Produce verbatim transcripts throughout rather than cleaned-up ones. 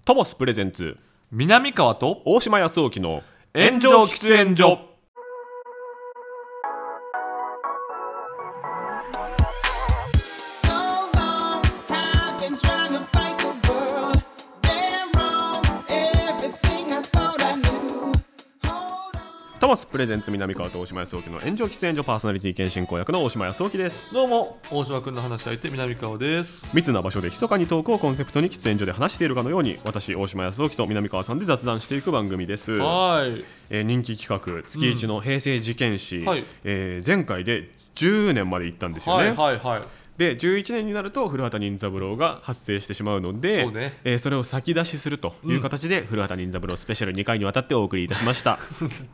トモスプレゼンツ南川と大島康沖の炎上喫煙所。 トモスプレゼンツ南川と大島康沖の炎上喫煙所、パーソナリティ兼進行役の大島康沖です。 どうも大島くんの話し相手南川です。 密な場所で密かにトークをコンセプトに喫煙所で話しているかのように、私大島康沖と南川さんで雑談していく番組です。 はい、 えー、人気企画月一の平成事件史、 うんはいえー、前回でじゅうねんまで行ったんですよね。 はいはいはい。 でじゅういちねんになると古畑任三郎が発生してしまうので、 そうね、 えー、それを先出しするという形で、うん、古畑任三郎スペシャルにかいにわたってお送りいたしました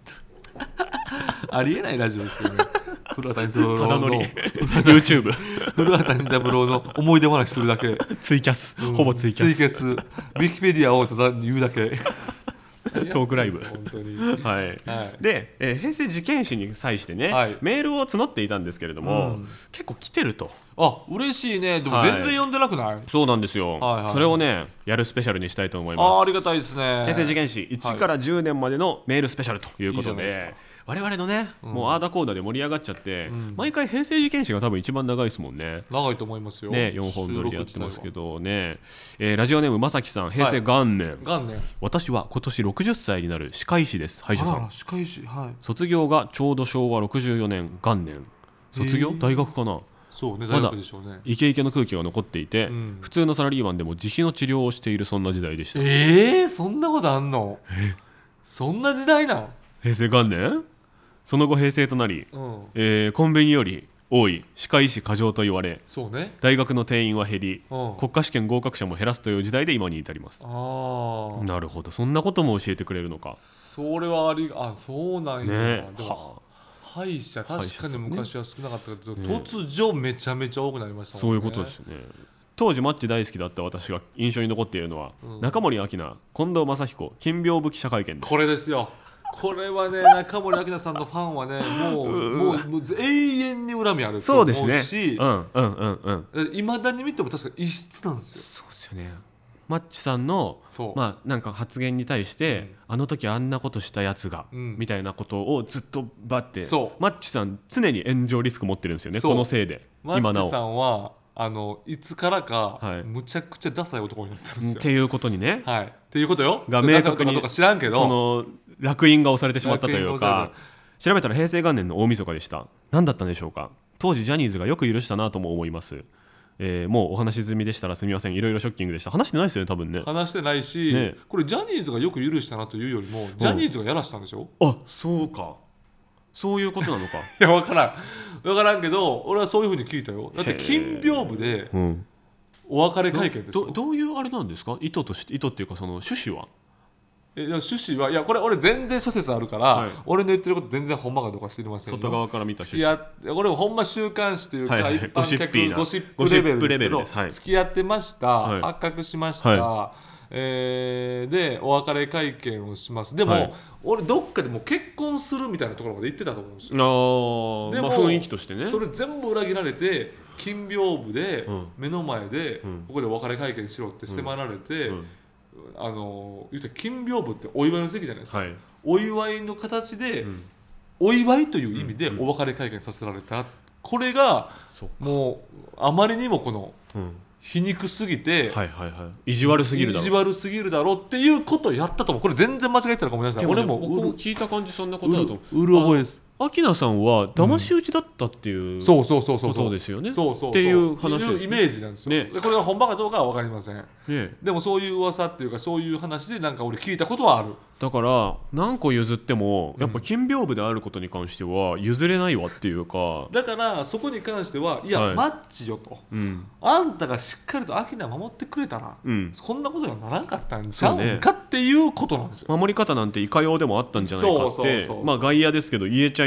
ありえないラジオですけどね。古畑任三郎のただのりYouTube 古畑任三郎の思い出話するだけツイキャス、うん、ほぼツイキャスツイキャスウィキペディアをただ言うだけトークライブ本当に、 はいはい、で、えー、平成事件史に際してね、はい、メールを募っていたんですけれども、うん、結構来てると。 あ、嬉しいね。でも全然読んでなくない？はい、 そうなんですよ、はいはい、それをねやるスペシャルにしたいと思います。 あ, ありがたいですね。 平成事件史いちからじゅうねんまでのメールスペシャルということで、いい我々のね、うん、もうアーダコーダで盛り上がっちゃって、うん、毎回平成事件史が多分一番長いですもんね。 長いと思いますよ、 ね、よんほん撮りでやってますけどね、えー、ラジオネームまさきさん、平成元年、はい、 元年私は今年ろくじゅっさいになる歯科医師です。歯医者さん。 歯科医師、はい、 卒業がちょうどしょうわろくじゅうよねん元年。卒業、大学かな。 そうね、大学でしょうね。 まだイケイケの空気が残っていて、うん、普通のサラリーマンでも自費の治療をしている、そんな時代でした。 えー、そんなことあんの？えそんな時代なん？ 平成元年。その後平成となり、うんえー、コンビニより多い歯科医師過剰と言われ、 そうね、 大学の定員は減り、 うん、 国家試験合格者も減らすという時代で今に至ります。あ、なるほど、そんなことも教えてくれるのか。 それはありあそうなんや、 ね、 でも歯医者確かに昔は少なかったけど、 ね、 突如めちゃめちゃ多くなりましたもんね。 そういうことですね。当時マッチ大好きだった私が印象に残っているのは、うん、中森明菜、近藤真彦金屏風記者会見です。 これですよ。これはね、中森明菜さんのファンはね、もう、もう、もう永遠に恨みあると思うし、そうですね、うんうんうんうん、未だに見ても確か異質なんですよ。 そうですよね。マッチさんの、まあ、なんか発言に対して、うん、あの時あんなことしたやつが、うん、みたいなことをずっとバッて、マッチさん常に炎上リスク持ってるんですよね、このせいで。 マッチさんはあのいつからか、はい、むちゃくちゃダサい男になったんですよ。 っていうことにね、 はい、っていうことよが明確にとか知らんけど、 その烙印が押されてしまったというか、調べたら平成元年の大晦日でした。何だったんでしょうか。当時ジャニーズがよく許したなとも思います。えー、もうお話し済みでしたらすみません。いろいろショッキングでした。話してないですよね、多分ね。 話してないし、ね、これジャニーズがよく許したなというよりも、ジャニーズがやらしたんでしょ。 うん、あ、そうか、そういうことなのか。 いや、分からん分からんけど、俺はそういう風に聞いたよ。だって金屏風でお別れ会見ですよ。 ど, ど, どういうあれなんですか。意図として意図っていうか、その趣旨は。 え趣旨はいや、これ俺全然諸説あるから、はい、俺の言ってること全然ほんまかどうか知りませんよ。 外側から見た趣旨。 いや、これほんま週刊誌というか、はいはい、一般客ゴシップレベルですけど、はい、付き合ってました、はい、発覚しました、はい、えー、でお別れ会見をします。でも、はい、俺どっかでもう結婚するみたいなところまで言ってたと思うんですよ。 あ、でも、まあ、雰囲気としてね、 それ全部裏切られて、金屏風で目の前で、うん、ここでお別れ会見しろって迫られて、うんうん、あの言うたら金屏風ってお祝いの席じゃないですか、はい、お祝いの形で、うん、お祝いという意味でお別れ会見させられた、うん、これがもうあまりにもこの、うん皮肉すぎて、 はいはいはい、意地悪すぎるだろう、 意地悪すぎるだろうっていうことをやったと思う。これ全然間違えてたらごめんなさい。 も、ね、 俺も僕も聞いた感じそんなことだと思う。うる覚えです。 明菜さんは騙し討ちだったっていう、うん、 そうそうそうそうことですよね。 そうそうそうっていう話いうイメージなんですよ、ね、でこれが本場かどうかは分かりません、ね、でもそういう噂っていうか、そういう話でなんか俺聞いたことはある。 だから何個譲ってもやっぱ金屏風であることに関しては譲れないわっていうか、 だからそこに関してはいや、はい、マッチよと、うん、あんたがしっかりと明菜守ってくれたら、うん、そんなことにはならんかったんちゃうんかっていうことなんですよ。 守り方なんていかようでもあったんじゃないかって、まあ外野ですけど言えちゃい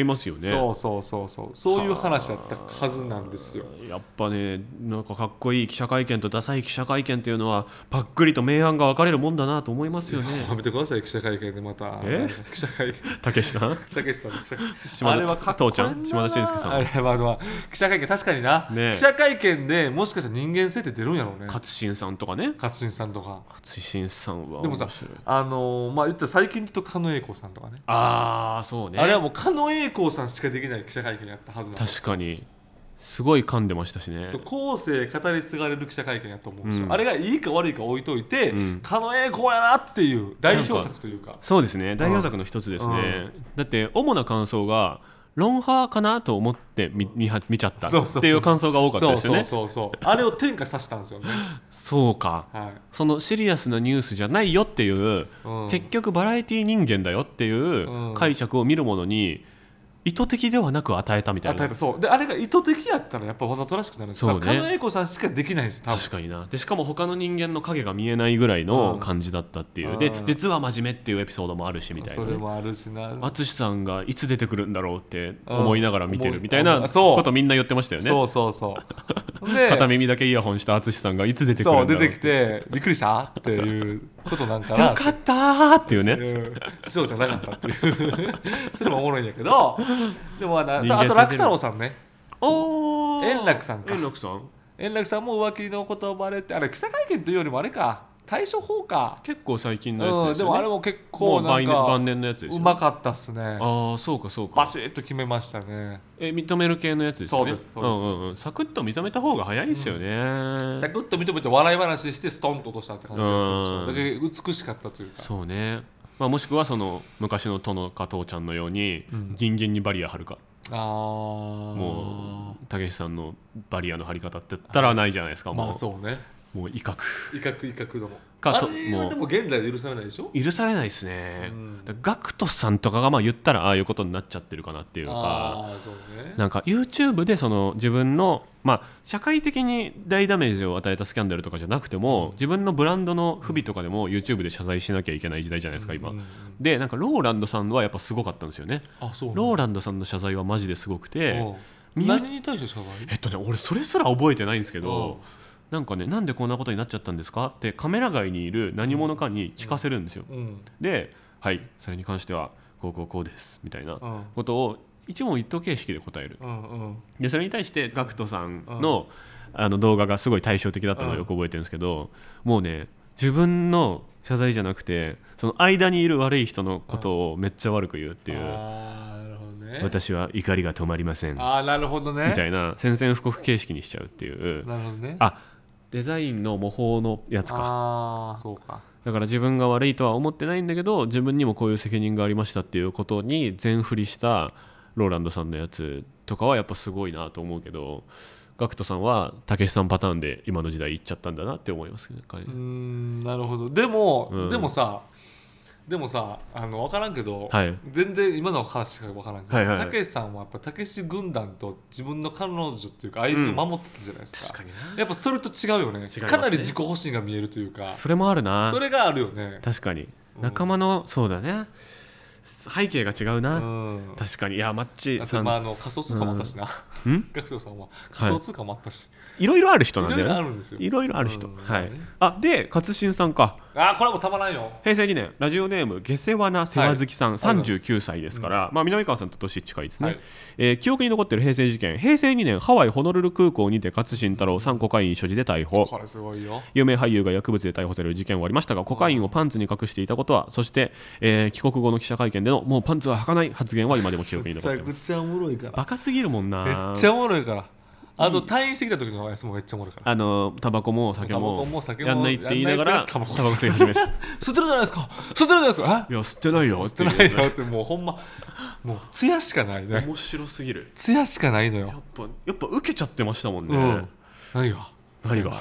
いますよね。 そうそうそうそうそういう話だったはずなんですよ。 やっぱねなんかかっこいい記者会見とダサい記者会見っていうのはパックリと明暗が分かれるもんだなと思いますよね。 やめてください記者会見でまたえ記者会見たけしさんたけしさんの記者会見あれは父ちゃん島田紳介さんあれは、まあ、記者会見確かにな、ね、記者会見でもしかしたら人間性って出るんやろうね。 勝新さんとかね。 勝新さんとか勝新さんはでもさあのー、まあ言ったら最近と狩野英孝さんとかね。 ああそうね。 あれはもう狩野英孝さんしかできない記者会見やったはずなんですよ。 確かにすごい噛んでましたしね。 そう後世語り継がれる記者会見やと思うんですよ、うん、あれがいいか悪いか置いといて、うん、狩野英孝やなっていう代表作というかそうですね代表作の一つですね、うん、だって主な感想がロンハーかなと思って 見, 見, 見ちゃったっていう感想が多かったですよね。 そうそうそうそうあれを転化させたんですよね。 そうか、はい、そのシリアスなニュースじゃないよっていう、うん、結局バラエティ人間だよっていう解釈を見るものに意図的ではなく与えたみたいな。 与えたそうであれが意図的やったらやっぱわざとらしくなるんですよ。狩野英孝さんしかできないんですよ。 確かにな。でしかも他の人間の影が見えないぐらいの感じだったっていう、うん、で実は真面目っていうエピソードもあるしみたいな、ね、 それもあるしな。 淳さんがいつ出てくるんだろうって思いながら見てるみたいなことみんな言ってましたよね。 そうそうそうで片耳だけイヤホンした淳さんがいつ出てくるんだろうそう出てきてびっくりしたっていうことなんかなよかったーっていうね、 うん、師匠じゃなかったっていうそれもおもろいんやけどでもあのあと楽太郎さんね。 おー円楽さんか。 円楽さん円楽さんも浮気のことをバレてあれ記者会見というよりもあれか対処法か結構最近のやつですよね、うん、 でもあれも結構なんか晩年のやつですよね。 うまかったっすね。 ああそうかそうかバシッと決めましたね。 え認める系のやつですよね。 そうですそうです、 うんうんうん、サクッと認めた方が早いですよね、 うん、サクッと認めて笑い話してストンと落としたって感じですよ。だけ美しかったというかそうね、まあ、もしくはその昔の殿か父ちゃんのように、うん、ギンギンにバリア張るか。あもうたけしさんのバリアの張り方って言ったらないじゃないですか。もうまあそうねもう威嚇威嚇威嚇のもかとあれはでも現代で許されないでしょ。 許されないですね、うん、ガクトさんとかがまあ言ったらああいうことになっちゃってるかなっていうかあそう、ね、 なんか YouTube でその自分の、まあ、社会的に大ダメージを与えたスキャンダルとかじゃなくても、うん、自分のブランドの不備とかでも YouTube で謝罪しなきゃいけない時代じゃないですか今、うんうんうん、でなんかローランドさんはやっぱすごかったんですよね。 あそうね、 ローランドさんの謝罪はマジですごくて何に対して謝罪えっとね俺それすら覚えてないんですけどなんかね、なんでこんなことになっちゃったんですかってカメラ外にいる何者かに聞かせるんですよ、うんうん、で、はいそれに関してはこうこうこうですみたいなことを一問一答形式で答える、うんうん、でそれに対してガクトさんの、うん、あの動画がすごい対照的だったのをよく覚えてるんですけど、うん、もうね自分の謝罪じゃなくてその間にいる悪い人のことをめっちゃ悪く言うっていう、うん、あなるほどね、私は怒りが止まりませんあなるほどねみたいな宣戦布告形式にしちゃうっていうなるほどねあデザインの模倣のやつか。 あそうかだから自分が悪いとは思ってないんだけど自分にもこういう責任がありましたっていうことに全振りしたローランドさんのやつとかはやっぱすごいなと思うけどガクトさんはたけしさんパターンで今の時代行っちゃったんだなって思いますね。うーんなるほどでも、うん、でもさでもさあの分からんけど、はい、全然今の話しか分からんけどたけし、はいはい、さんはやっぱたけし軍団と自分の彼女っていうか愛人を守ってたじゃないですか、うん、確かになやっぱそれと違うよ ね, ねかなり自己保身が見えるというかそれもあるなそれがあるよね確かに、うん、仲間のそうだね背景が違うな、うん、確かにいやマッチさん、 まあ、あの仮想通貨もあったしな、うん、ガクトさんは仮想通貨もあったし、 はい、いろいろある人なんだよね。 いろいろあるんですよ。 いろいろある人、うんはい、あで勝新さんかあこれはもうたまらんよ。 平成にねんラジオネーム下世話な世話好きさん、はい、さんじゅうきゅうさいですから、うんまあ、南川さんと年近いですね、はいえー、記憶に残っている平成事件平成にねんハワイホノルル空港にて勝新太郎さんコカイン所持で逮捕。 これすごいよ。 有名俳優が薬物で逮捕される事件はありましたがコカインをパンツに隠していたことはそして、えー、帰国後の記者会見でのもうパンツは履かない発言は今でも記憶に残ってます。 めちゃくちゃおもろいからバカすぎるもんな。 めっちゃおもろいからあと退院してきた時のやつもめっちゃおもろいからあのタバコも酒もやんないって言いながらタバコ吸い始める吸ってるじゃないですか吸ってるじゃないですかいや吸ってないよ吸ってないよってもうほんまもうツヤしかないね。 面白すぎるツヤしかないのよ。 やっぱやっぱ受けちゃってましたもんね、うん、 何が何が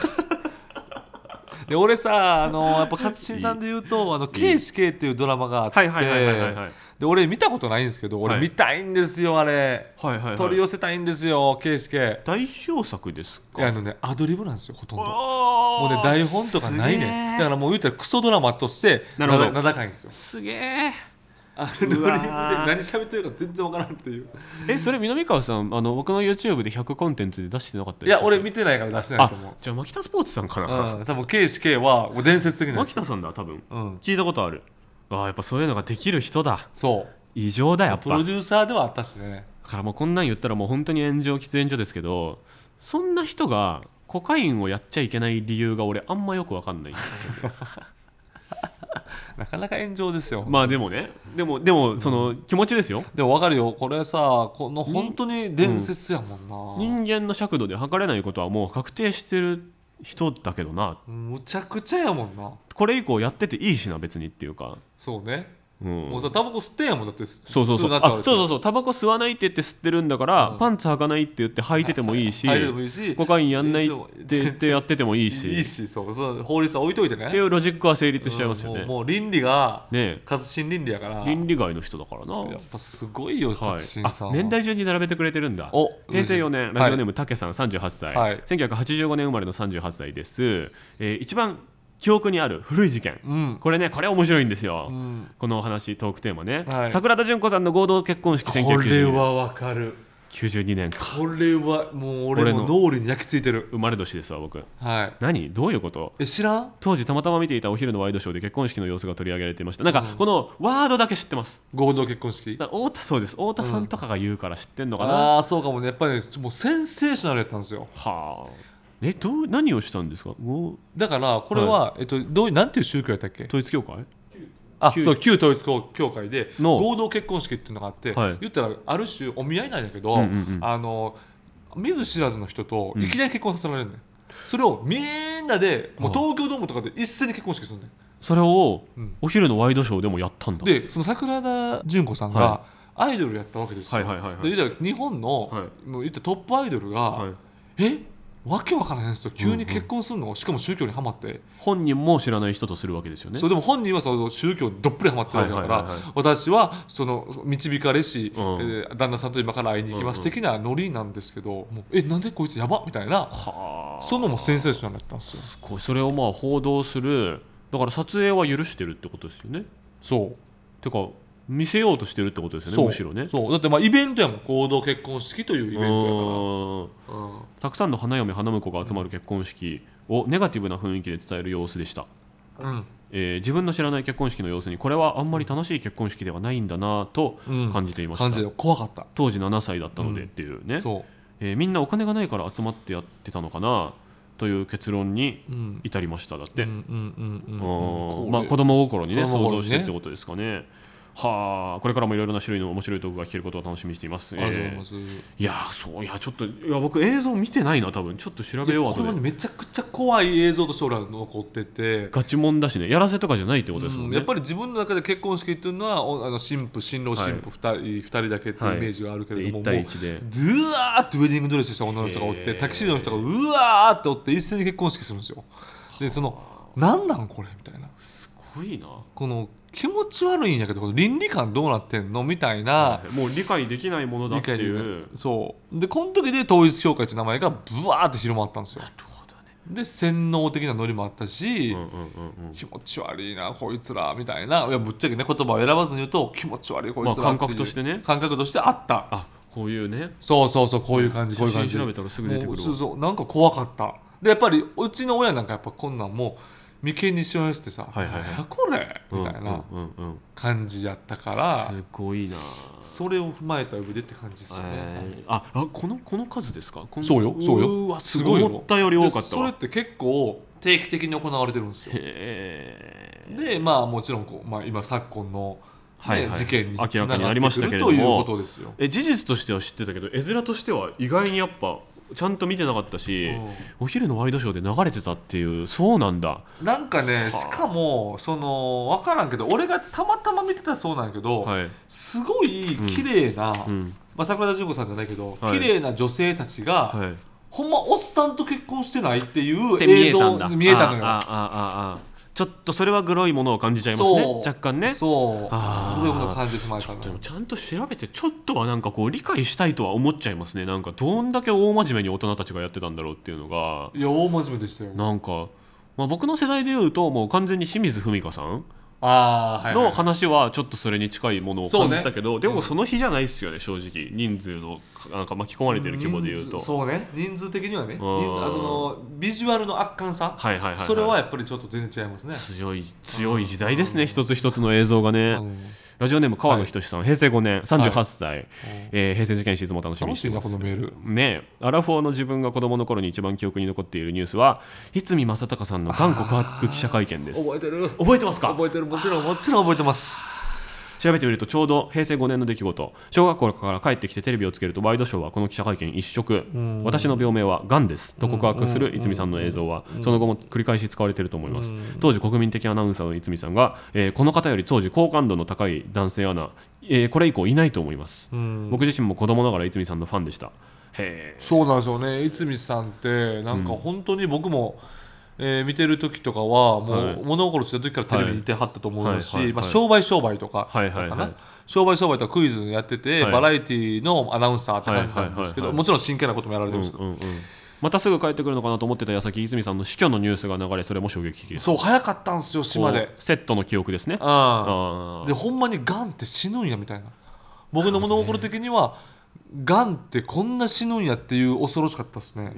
で俺さあのやっぱ勝新さんで言うと「あのケイシケイ」っていうドラマがあってで俺見たことないんですけど俺見たいんですよ、はい、あれ、はいはいはい、取り寄せたいんですよケイシケイ。 代表作ですか。 いやあのねアドリブなんですよほとんど。もうね台本とかないね。だからもう言うたらクソドラマとして名高いんですよ。 すげえあれノリで何喋ってるか全然わからんっていう。 えそれ南川さんあの僕の YouTube でひゃくコンテンツで出してなかったいや俺見てないから出してないと思う。 じゃあ牧田スポーツさんかな、 うん、多分 ケーシーケー はもう伝説的な牧田さんだ多分、 うん、 聞いたことある。あやっぱそういうのができる人だ。 そう異常だやっぱプロデューサーではあったしね。 だからもうこんなん言ったらもう本当に炎上喫煙所ですけど、そんな人がコカインをやっちゃいけない理由が俺あんまよく分かんないんですよ、ね、 なかなか炎上ですよ。 まあでもねでもでもその気持ちですよ、うん、 でも分かるよこれさこの本当に伝説やもんな、 うん、人間の尺度で測れないことはもう確定してる人だけどな。 むちゃくちゃやもんな。 これ以降やってていいしな別にっていうか。 そうね、うん、もうさタバコ吸ってんやもんだって。 そうそうそうあそうそうそうタバコ吸わないって言って吸ってるんだから、うん、パンツ履かないって言って履いててもいいし、 履いててもいいしコカインやんないって言ってやっててもいいしいいしそうそう法律は置いといてねっていうロジックは成立しちゃいますよね、 うん、もうもう倫理がね活心倫理やから倫理外の人だからな。 やっぱすごいよ活心さん、 はい、あ年代順に並べてくれてるんだ。平成よねんラジオネームたけさんさんじゅうはっさい、はい、せんきゅうひゃくはちじゅうごねん生まれのさんじゅうはっさいです、えー、一番記憶にある古い事件、うん、これねこれ面白いんですよ、うん、このお話トークテーマね、はい、桜田淳子さんの合同結婚式せんきゅうひゃくきゅうじゅうにねん。 これはわかる。 きゅうじゅうにねんか。 これはもう俺の脳裏に焼き付いてる。 生まれ年ですわ僕、 はい、 何どういうこと。 え知らん。 当時たまたま見ていたお昼のワイドショーで結婚式の様子が取り上げられていました。なんかこのワードだけ知ってます、 うん、合同結婚式。 太田そうです太田さんとかが言うから知ってんのかな、 うん、ああそうかもね。やっぱり、ね、もうセンセーショナルやったんですよ。 はあえどう何をしたんですか。 だからこれは、はいえっと、どうなんていう宗教やったっけ。 統一教会。 あそう旧統一教会で合同結婚式っていうのがあって、はい、言ったらある種お見合いなんだけど、うんうんうん、あの見ず知らずの人といきなり結婚させられるね、うん、それをみんなでもう東京ドームとかで一斉に結婚式するね。 それをお昼のワイドショーでもやったんだ。 でその桜田淳子さんがアイドルやったわけですよ。はいはいはいはい、で言ったら日本の、はい、もう言ったトップアイドルが、はい、えわけわからないんですよ急に結婚するの、うんうん、しかも宗教にはまって本人も知らない人とするわけですよね。 そうでも本人はその宗教にどっぷりはまってるわけだから、はいはいはいはい、私はその導かれし、うんえー、旦那さんと今から会いに行きます、うんうん、的なノリなんですけどもうえなんでこいつやばみたいなはそのもセンセーショナルだったんですよ。 すごいそれをまあ報道するだから撮影は許してるってことですよね。 そうてか見せようとしてるってことですよね。むしろね。 そうだってまあイベントやもん合同結婚式というイベントやから、うん、 たくさんの花嫁花婿が集まる結婚式をネガティブな雰囲気で伝える様子でした、うんえー、自分の知らない結婚式の様子にこれはあんまり楽しい結婚式ではないんだなと感じていました、うん、 感じ怖かった。 当時ななさいだったのでっていうね、うんそうえー、みんなお金がないから集まってやってたのかなという結論に至りました。だって子供心にね想像してってことですかね。はあ、これからもいろいろな種類の面白いトークが聞けることを楽しみにしています。えー、いやそういやちょっといや僕映像見てないな多分ちょっと調べよう。 これめちゃくちゃ怖い映像として俺は残っててガチもんだしねやらせとかじゃないってことですもんね、 うん、やっぱり自分の中で結婚式っていうのはあの新婦新郎新婦ふたり、はい、ふたりだけっていうイメージがあるけれども、はい、いち対いちでずわーってウェディングドレスした女の人がおって、えー、タキシードの人がうわーっておって一斉に結婚式するんですよ。でそのなんなんこれみたいなすごいなこの気持ち悪いんやけど倫理観どうなってんのみたいな、 はい、もう理解できないものだっていうそうでこの時で統一教会という名前がブワーって広まったんですよ。なるほどね。で洗脳的なノリもあったし、うんうんうんうん、気持ち悪いなこいつらみたいないやぶっちゃけね言葉を選ばずに言うと気持ち悪いこいつらっていう、 まあ、感覚としてね感覚としてあったあこういうねそうそうそうこういう感じこういう感じ写真調べたらすぐ出てくるわそうそうなんか怖かったでやっぱりうちの親なんかやっぱこんなんもう眉間にしわ寄せてさ、はいはいはい、これみたいな感じやったから、 すごいなそれを踏まえた上でって感じですよね、 えー、ああこのこの数ですかこのそうよそうようわすごい思ったより多かったわ。 それって結構定期的に行われてるんですよ。でまあもちろんこう、まあ、今昨今の、ねはいはい、事件につながってくるということですよ。 え事実としては知ってたけど絵面としては意外にやっぱちゃんと見てなかったし、うん、お昼のワイドショーで流れてたっていうそうなんだ。 なんかねしかもその分からんけど俺がたまたま見てたそうなんやけど、はい、すごい綺麗な、うんうんまあ、桜田淳子さんじゃないけど、はい、綺麗な女性たちが、はい、ほんまおっさんと結婚してないっていう映像に見えたのよ。あああああちょっとそれはグロいものを感じちゃいますね若干ね。 そうあグロいものを感じてしまいたちょっとちゃんと調べてちょっとはなんかこう理解したいとは思っちゃいますね。なんかどんだけ大真面目に大人たちがやってたんだろうっていうのがいや大真面目でしたよ。 なんか、まあ、僕の世代でいうともう完全に清水文香さんの話はちょっとそれに近いものを感じたけど、でもその日じゃないですよね、正直。人数のなんか巻き込まれてる規模でいうと、 そうね、人数的にはね、そのビジュアルの圧巻さ、それはやっぱりちょっと全然違いますね。 強い強い時代ですね、一つ一つの映像がね。ラジオネーム川野仁さん、はい、平成ごねんさんじゅうはっさい、はい、えー、平成事件シーズンも楽しみにしています。 このメールね、アラフォーの自分が子供の頃に一番記憶に残っているニュースは逸見正孝さんのがん告白記者会見です。 覚えてる覚えてますか？ 覚えてる、もちろんもちろん覚えてます。 調べてみるとちょうど平成ごねんの出来事、小学校から帰ってきてテレビをつけるとワイドショーはこの記者会見一色、私の病名はがんですと告白する逸見さんの映像はその後も繰り返し使われていると思います。当時国民的アナウンサーの逸見さんが、えー、この方より当時好感度の高い男性アナ、えー、これ以降いないと思います。僕自身も子供ながら逸見さんのファンでした。 へー、そうなんですよね。逸見さんってなんか本当に僕も、うんえー、見てる時とかはもう、はい、物心ついた時からテレビにいてはったと思いますし、まあ、商売商売とかかな、はいはいはい、商売商売とかクイズやってて、はい、バラエティのアナウンサーって感じなんですけど、はいはいはいはい、もちろん真剣なこともやられてるんですけど、うんうんうん、 またすぐ帰ってくるのかなと思ってた矢先、泉さんの死去のニュースが流れ、それも衝撃的です。 そう早かったんですよ、島でセットの記憶ですね。 ああでほんまにガンって死ぬんやみたいな、僕の物心的にはがんってこんな死ぬんやっていう恐ろしかったですね。 うん、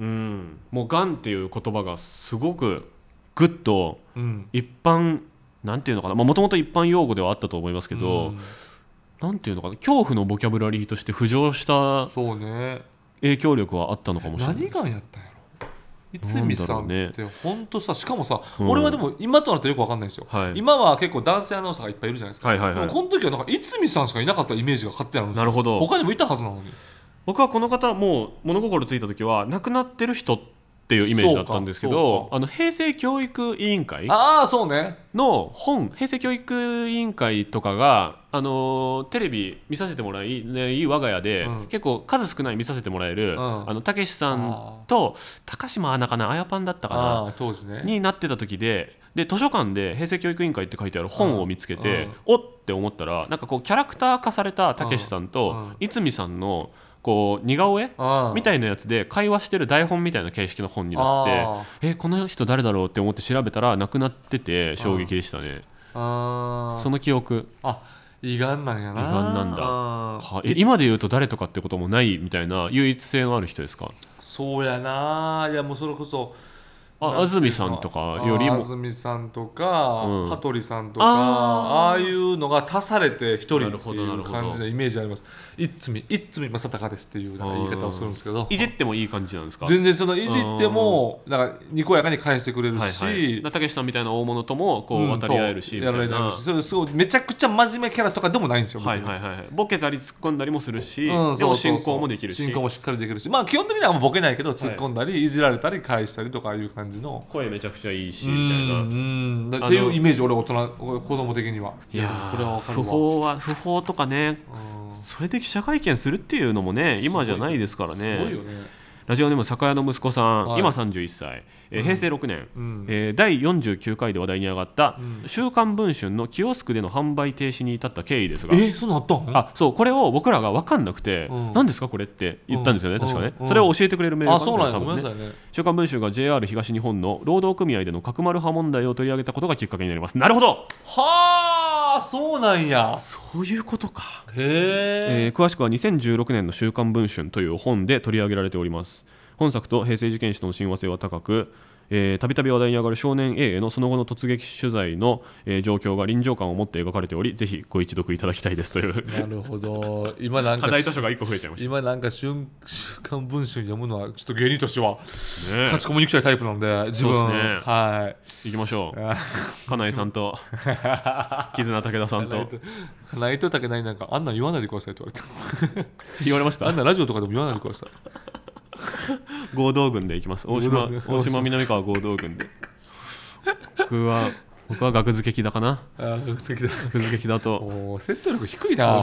もうがんっていう言葉がすごくぐっと一般、うん、なんていうのかな、もともと一般用語ではあったと思いますけど、うん、なんていうのかな、恐怖のボキャブラリーとして浮上した影響力はあったのかもしれない。 何がんやったんやろ逸見さんって本当さ、しかもさ、うん、俺はでも今となってよく分かんないですよ、はい、今は結構男性アナウンサーがいっぱいいるじゃないですか、はいはいはい、でもこの時はなんか逸見さんしかいなかったイメージが勝手にあるんですよ。 なるほど。 他にもいたはずなのに。 僕はこの方もう物心ついた時は亡くなってる人っていうイメージだったんですけど、あの平成教育委員会の本、平成教育委員会とかがあのテレビ見させてもらい、ね、いい我が家で、うん、結構数少ない見させてもらえる、うん、あのたけしさんと高島アナかな、あやパンだったかな当時、ね、 になってた時で、で図書館で平成教育委員会って書いてある本を見つけて、うん、おって思ったら、なんかこうキャラクター化されたたけしさんと逸見さんのこう似顔絵みたいなやつで会話してる台本みたいな形式の本になってて、えこの人誰だろうって思って調べたら亡くなってて衝撃でしたね。あその記憶、 あ胃がんなんやな。 胃がんなんだ。はえ今で言うと誰とかってこともないみたいな唯一性のある人ですか？ そうやな。いやもうそれこそあ安住さんとかよりも安住さんとか、うん、羽鳥さんとか あ, あいうのが足されて一人っていう感じのイメージあります。逸見逸見正孝ですっていうなんか言い方をするんですけど、 いじってもいい感じなんですか？ 全然そのいじってもなんかにこやかに返してくれるし、はいはい、 たけしさんみたいな大物ともこう渡り合えるし、うん、みたいな、 それすごいめちゃくちゃ真面目キャラとかでもないんですよ。 はいはいはい、ボケたり突っ込んだりもするし、うん、でも進行もできるし、 進行もしっかりできるし、まあ基本的にはもうボケないけど突っ込んだり、はい、いじられたり返したりとかいう感じの声めちゃくちゃいいしみたいな、 うんっていうイメージ、俺大人子供的には。 いやこれは不法は不法とかね、それで記者会見するっていうのもね今じゃないですからね。 すごいよね。 ラジオネーム酒屋の息子さん、はい、今さんじゅういっさい、えー、平成ろくねん、うんえー、だいよんじゅうきゅうかいで話題に上がった「週刊文春」のキオスクでの販売停止に至った経緯ですが、 えそんなあったん？ あそうこれを僕らが分かんなくて、うん、何ですかこれって言ったんですよね、うん、確かね、うん、それを教えてくれるメールがあったの、多分ね。週刊文春が ジェイアール 東日本の労働組合での角丸派問題を取り上げたことがきっかけになります。なるほど、 はあそうなんや。 そういうことか。 へー、 えー、詳しくはにせんじゅうろくねんの週刊文春という本で取り上げられております。本作と平成事件史との親和性は高く、たびたび話題に上がる少年 A へのその後の突撃取材の、えー、状況が臨場感を持って描かれており、ぜひご一読いただきたいですという。 なるほど。今なんか課題図書がいっこ増えちゃいました。 今なんか週刊文春読むのはちょっと芸人としては、ね、勝ち込みに行きたいタイプなので自分そうですね、はい、 行きましょう。金井さんと絆武田さんと金井と武田になんかあんなん言わないでくださいと言われた言われました。 あんなラジオとかでも言わないでください合同軍で行きます。大島大島南川合同軍で僕は僕は学付けだかな。 あ学付けだ学付けだとお説得力低いな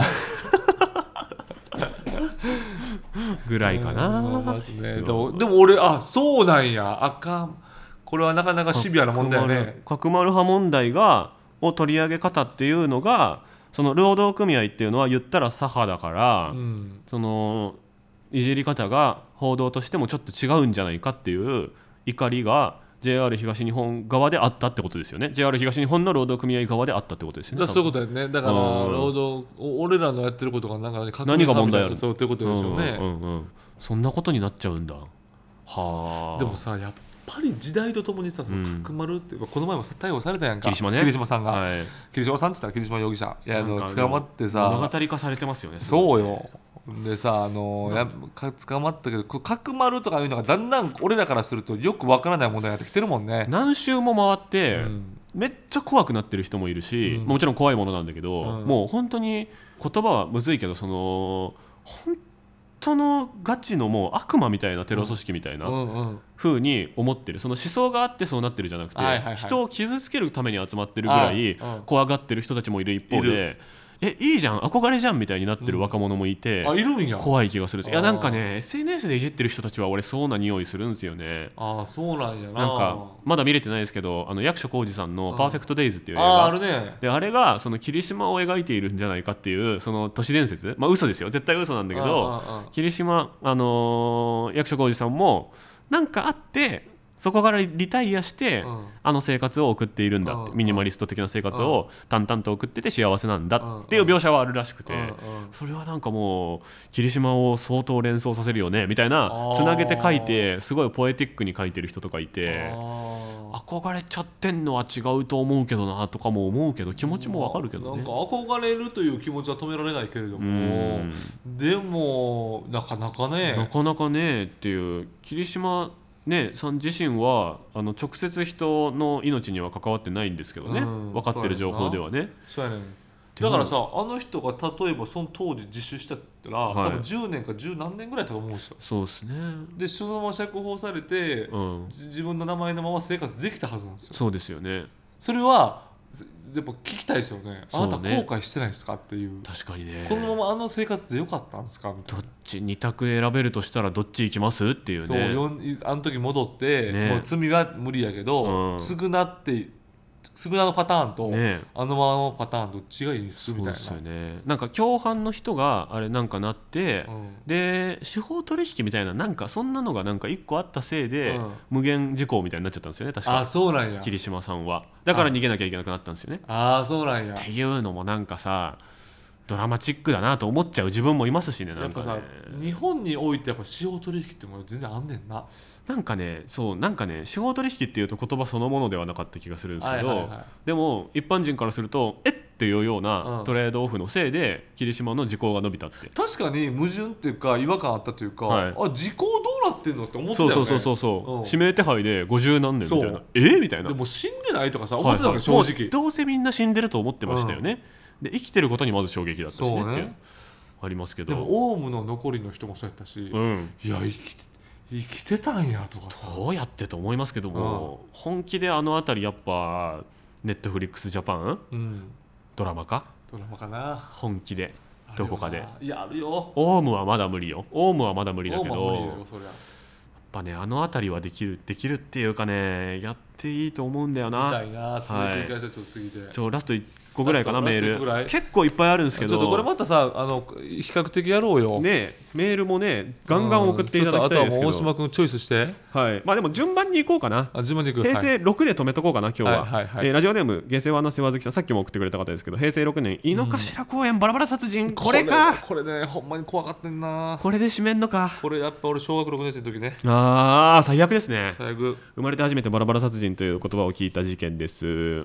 ぐらいかな、 ね、でも、でも俺あそうなんやあかん。これはなかなかシビアな問題よね。 角丸派問題がを取り上げ方っていうのが、その労働組合っていうのは言ったら左派だから、うん、そのいじり方が報道としてもちょっと違うんじゃないかっていう怒りがジェイアール 東日本側であったってことですよね。 ジェイアール 東日本の労働組合側であったってことですよね。 だそういうことだよね。だから労働俺らのやってることがなんか何が問題あるそうってことですよね、 うんうんうん、そんなことになっちゃうんだ。はあ。 でもさやっぱり時代とともにさ、その角丸っていうかこの前も逮捕されたやんか、 霧島ね、 霧島さんが、 はい、 霧島さんって言ったら霧島容疑者いやあの捕まってさ物語化されてますよね。 そうよ。でさあのや捕まったけど角丸とかいうのがだんだん俺らからするとよくわからない問題になってきてるもんね。 何周も回って、うん、めっちゃ怖くなってる人もいるし、うん、もちろん怖いものなんだけど、うん、もう本当に言葉はむずいけどその本当のガチのもう悪魔みたいなテロ組織みたいな風に思ってる。その思想があってそうなってるじゃなくて、はいはいはい、人を傷つけるために集まってるぐらい怖がってる人たちもいる一方で、えいいじゃん憧れじゃんみたいになってる若者もいて、うん、あいるんや怖い気がする。いやなんかね エスエヌエス でいじってる人たちは俺そうな匂いするんですよね。 ああそうなんやな。 なんかまだ見れてないですけど、あの役所広司さんの「パーフェクトデイズ」っていう映画、ああるね。であれがその霧島を描いているんじゃないかっていうその都市伝説、まあ嘘ですよ絶対嘘なんだけど、霧島、あのー、役所広司さんもなんかあってそこからリタイアして、うん、あの生活を送っているんだって、うん、ミニマリスト的な生活を淡々と送ってて幸せなんだっていう描写はあるらしくて、うん、それはなんかもう霧島を相当連想させるよねみたいなつなげて書いてすごいポエティックに書いてる人とかいて、憧れちゃってんのは違うと思うけどなとかも思うけど気持ちもわかるけどね。 なんか憧れるという気持ちは止められないけれども、でもなかなかねなかなかねっていう霧島ね、さん自身はあの直接人の命には関わってないんですけどね、うん、分かってる情報ではね。 そうやね。だからさあの人が例えばその当時自首したったら、はい、多分じゅうねんか十何年ぐらいだと思うんですよ。 そうですね。 でそのまま釈放されて、うん、自分の名前のまま生活できたはずなんですよ。 そうですよね。 それはやっぱ聞きたいですよね。あなた後悔してないですかっていう。 確かにね。 このままあの生活でよかったんですかみたいな。 どっちに択選べるとしたらどっち行きますっていうね。 そうあの時戻って、ね、もう罪は無理やけど、うん、償って償うパターンと、ね、あのままのパターンどっちがいいですみたいな。 そうですよね。なんか共犯の人があれなんかなって、うん、で司法取引みたいななんかそんなのがなんか一個あったせいで、うん、無限時効みたいになっちゃったんですよね確か。 あそうなんや。 霧島さんはだから逃げなきゃいけなくなったんですよね。 ああそうなんや。 っていうのもなんかさドラマチックだなと思っちゃう自分もいますしね。なんかねやっぱさ日本においてやっぱ司法取引ってもう全然あんねんな。 なんかねそうなんかね司法取引っていうと言葉そのものではなかった気がするんですけど、はいはいはい、でも一般人からするとえっっていうようなトレードオフのせいで霧島の時効が伸びたって、うん、 確かに矛盾っていうか違和感あったというか、はい、あ時効どうなってんのって思ってたよね。 そうそうそうそう、うん、指名手配でごじゅう何年みたいなえみたいな。 でも死んでないとかさ思ってたの、はいはい、正直もうどうせみんな死んでると思ってましたよね、うん、で生きてることにまず衝撃だったしねっていうありますけど。 でもオウムの残りの人もそうやったし、うん、いや生きて生きてたんやとかさどうやってと思いますけども、うん、本気であの辺りやっぱネットフリックスジャパン、うん、ドラマかドラマかな本気でどこかでいやあるよ。 オウムはまだ無理よ。オウムはまだ無理だけどオウムは無理だよそりゃ。 やっぱねあの辺りはできるできるっていうかねやっていいと思うんだよな。 みたいな続きがちょっと過ぎて、はい、 ちょラストいっこぐらいかなメール結構いっぱいあるんですけどちょっとこれまたさあの比較的やろうよね。メールもねガンガン送っていただきたいですけど、あとはもう大島君チョイスして、 はい、まあでも順番に行こうかな。 あ順番に行く。 平成ろくで止めとこうかな今日は、はいはいはい、えー、ラジオネーム下世話な世話好きさんさっきも送ってくれた方ですけど平成ろくねん井の頭公園バラバラ殺人、うん、これかこれ、これねほんまに怖かったんな。 これで締めんのか。 これやっぱ俺小学ろくねん生の時ね。 ああ最悪ですね。 最悪。 生まれて初めてバラバラ殺人という言葉を聞いた事件です。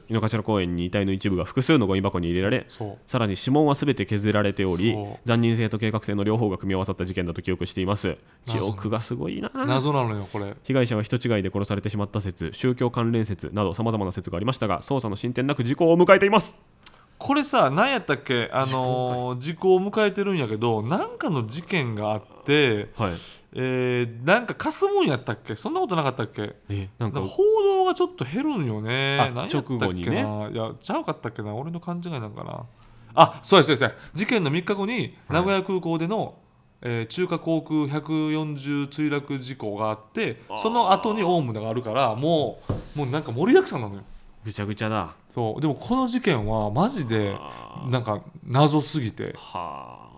井の頭公園に遺体の一部が複数のゴミ箱に入れられさらに指紋は全て削られており残忍性と計画性の両方が組み合わさった事件だと記憶しています。記憶がすごいな。 謎なのよこれ。 被害者は人違いで殺されてしまった説宗教関連説などさまざまな説がありましたが捜査の進展なく時効を迎えています。 これさ何やったっけあのー、時効を迎えてるんやけどなんかの事件があって、はいえー、なんかかすむんやったっけ。そんなことなかったっけ。えなんか報道がちょっと減るんよね。何やったっけな。直後にね。いやちゃうかったっけな俺の勘違いなんかな。あそうですそうです。事件のみっかごに名古屋空港での、はいえー、中華航空ひゃくよんじゅう墜落事故があってその後にオウムがあるからもう、もうなんか盛りだくさんなのよ。 ぐちゃぐちゃだ。 そうでもこの事件はマジでなんか謎すぎて。 はあ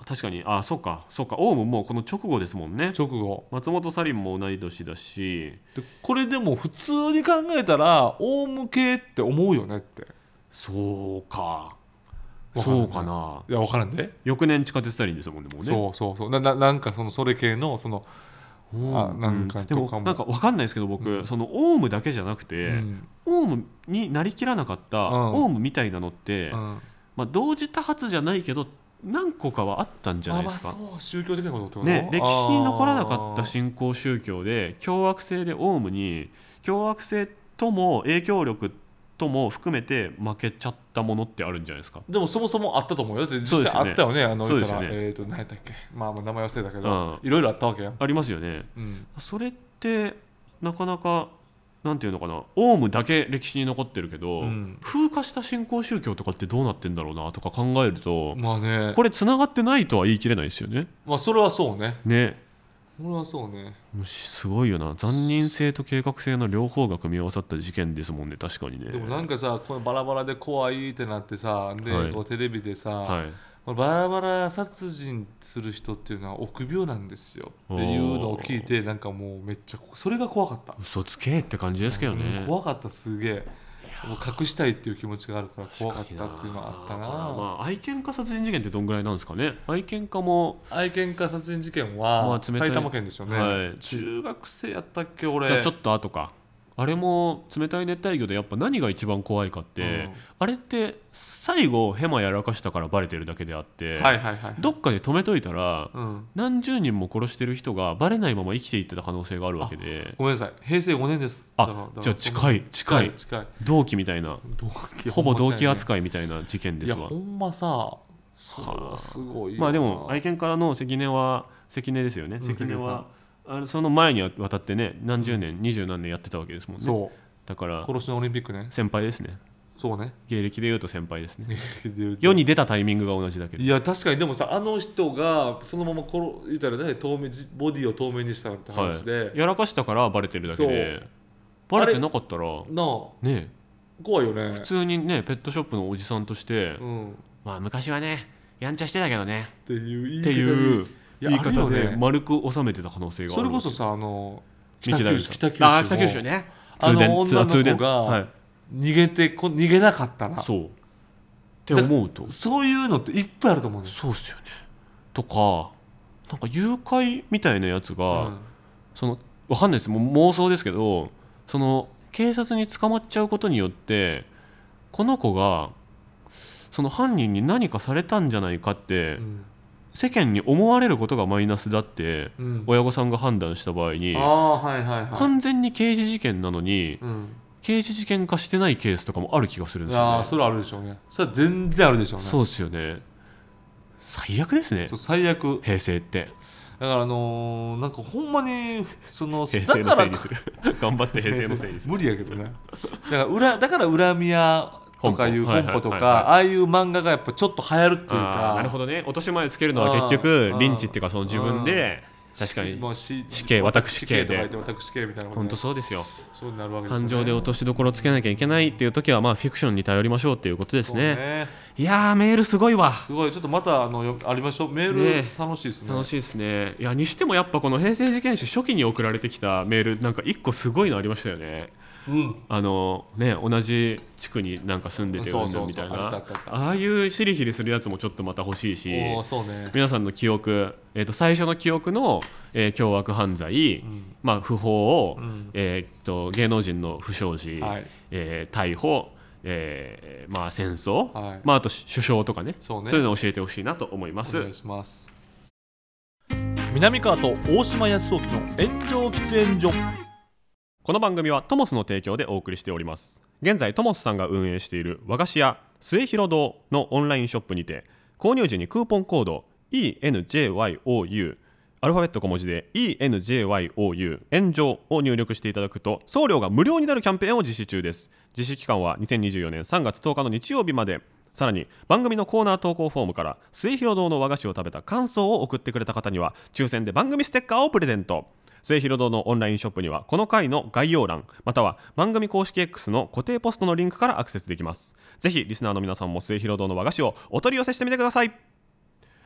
確かにあそうかそうかオウムもこの直後ですもんね。 直後松本サリンも同い年だしでこれでも普通に考えたらオウム系って思うよねって。 そうかわからんねそうかな。 いや分からんで翌年地下鉄サリンですもんねもうね。 そうそうそうなななんかそのそれ系のそのあなんかうん、でもとかもなんか分かんないですけど僕、 うんそのオウムだけじゃなくて、 うんオウムになりきらなかったうんオウムみたいなのって、 うんまあ、同時多発じゃないけど何個かはあったんじゃないですか。 あまあそう宗教的なことってことね、歴史に残らなかったあー新興宗教で凶悪性でオウムに凶悪性とも影響力とも含めて負けちゃったものってあるんじゃないですか。 でもそもそもあったと思うよ。だって実そうですよね際あったよね。あの言ったらそうですよねえっと何やったっけまあまあ名前忘れたけうんどいろいろあったわけやん。 ありますよね。 うんそれってなかなかなんていうのかなオウムだけ歴史に残ってるけど、 うん風化した新興宗教とかってどうなってんだろうなとか考えると、 まあねこれつながってないとは言い切れないですよね。 まあそれはそうね。 ねそれはそうね。 もうすごいよな残忍性と計画性の両方が組み合わさった事件ですもんね確かにね。 でもなんかさこのバラバラで怖いってなってさで、 はいこうテレビでさ、 はいバラバラ殺人する人っていうのは臆病なんですよっていうのを聞いてなんかもうめっちゃそれが怖かった。 嘘つけって感じですけどね。 うん怖かったすげえ。もう隠したいっていう気持ちがあるから怖かったっていうのはあったな。 まあ愛犬家殺人事件ってどんぐらいなんですかね。愛犬家も愛犬家殺人事件まあは冷たい埼玉県ですよね、 はい中学生やったっけ俺。 じゃあちょっと後か。あれも冷たい熱帯魚でやっぱ何が一番怖いかって、 うんあれって最後ヘマやらかしたからバレてるだけであって、 はいはいはい、 どっかで止めといたら、 うん、 何十人も殺してる人がバレないまま生きていってた可能性があるわけで。 ごめんなさい平成ごねんです。 あだからだからじゃあ近い近い近い同期みたいな同期ほぼ同期い扱いみたいな事件ですわいやほ。んまさそれはすごいよな。 まあでも愛犬家の関根は関根ですよね。 うん関根はあれその前にわたってね何十年二十何年やってたわけですもんね。 そうだから殺しのオリンピックね。 先輩ですね。 そうね芸歴でいうと先輩ですね。 で言うと世に出たタイミングが同じだけど。 いや確かにでもさあの人がそのまま殺言ったらね透明じボディを透明にしたって話で、 はい、やらかしたからバレてるだけでバレてなかったらなあね怖いよね普通にねペットショップのおじさんとして、 うん、っまあ昔はねやんちゃしてたけどねていう言い方っていういや言い方あるよねで丸く収めてた可能性がある。 それこそさあの北九州北九州あ北九州ねあの通電女の通電子がはい逃げてこ逃げなかったらそうって思うとそういうのっていっぱいあると思うね。 そうっすよね。とかなんか誘拐みたいなやつが、 うんそのわかんないですもう妄想ですけどその警察に捕まっちゃうことによってこの子がその犯人に何かされたんじゃないかって、 うん世間に思われることがマイナスだってうん親御さんが判断した場合にああはいはいはい完全に刑事事件なのにうん刑事事件化してないケースとかもある気がするんですよね。 ああそれはあるでしょうね。それは全然あるでしょうね。 そうですよね。最悪ですねそう最悪平成って。 だからあのーなんかほんまにその平成のだからせいにする頑張って平成のせいにする無理やけどねだから裏だから恨み屋とかいう本舗本舗とはいはいはいはいかああいう漫画がやっぱちょっと流行るっていうあかーなるほどね。落とし前つけるのは結あ局ーリンチっていうかその自分で確かにもうし死刑私刑で死刑とか言って私刑みたいなこと本ね当そうですよ。 そうなるわけですよね。 感情で落としどころつけなきゃいけないっていう時はまあフィクションに頼りましょうっていうことですそうね。 ねいやーメールすごいわ。 すごいちょっとまたあのよありましょうメーねル楽しいですね。 楽しいですね。いやにしてもやっぱこの平成事件史初期に送られてきたメールなんか一個すごいのありましたよね。 うんあのね同じ地区になんか住んでてそうそうそううんぬんみたいあったあなったあったああいうヒリヒリするやつもちょっとまた欲しいしおーそうね。 皆さんの記憶、えー、と最初の記憶の、えー凶悪犯罪、 うんまあ、不法を、 うんえー、と芸能人の不祥事、 はいえー逮捕、えーまあ、戦争、 はいまあ、あと首相とかねそうねそういうのを教えてほしいなと思います。 お願いします。南川と大島康雄の炎上喫煙所。 この番組はトモスの提供でお送りしております。現在トモスさんが運営している和菓子屋末広堂のオンラインショップにて購入時にクーポンコード イーエヌジェーワイオーユー アルファベット小文字で イーエヌジェーワイオーユー 炎上を入力していただくと送料が無料になるキャンペーンを実施中です。実施期間はにせんにじゅうよねんさんがつとおかの日曜日まで。さらに番組のコーナー投稿フォームから末広堂の和菓子を食べた感想を送ってくれた方には抽選で番組ステッカーをプレゼント。末広堂のオンラインショップにはこの回の概要欄または番組公式 X の固定ポストのリンクからアクセスできます。ぜひリスナーの皆さんも末広堂の和菓子をお取り寄せしてみてください。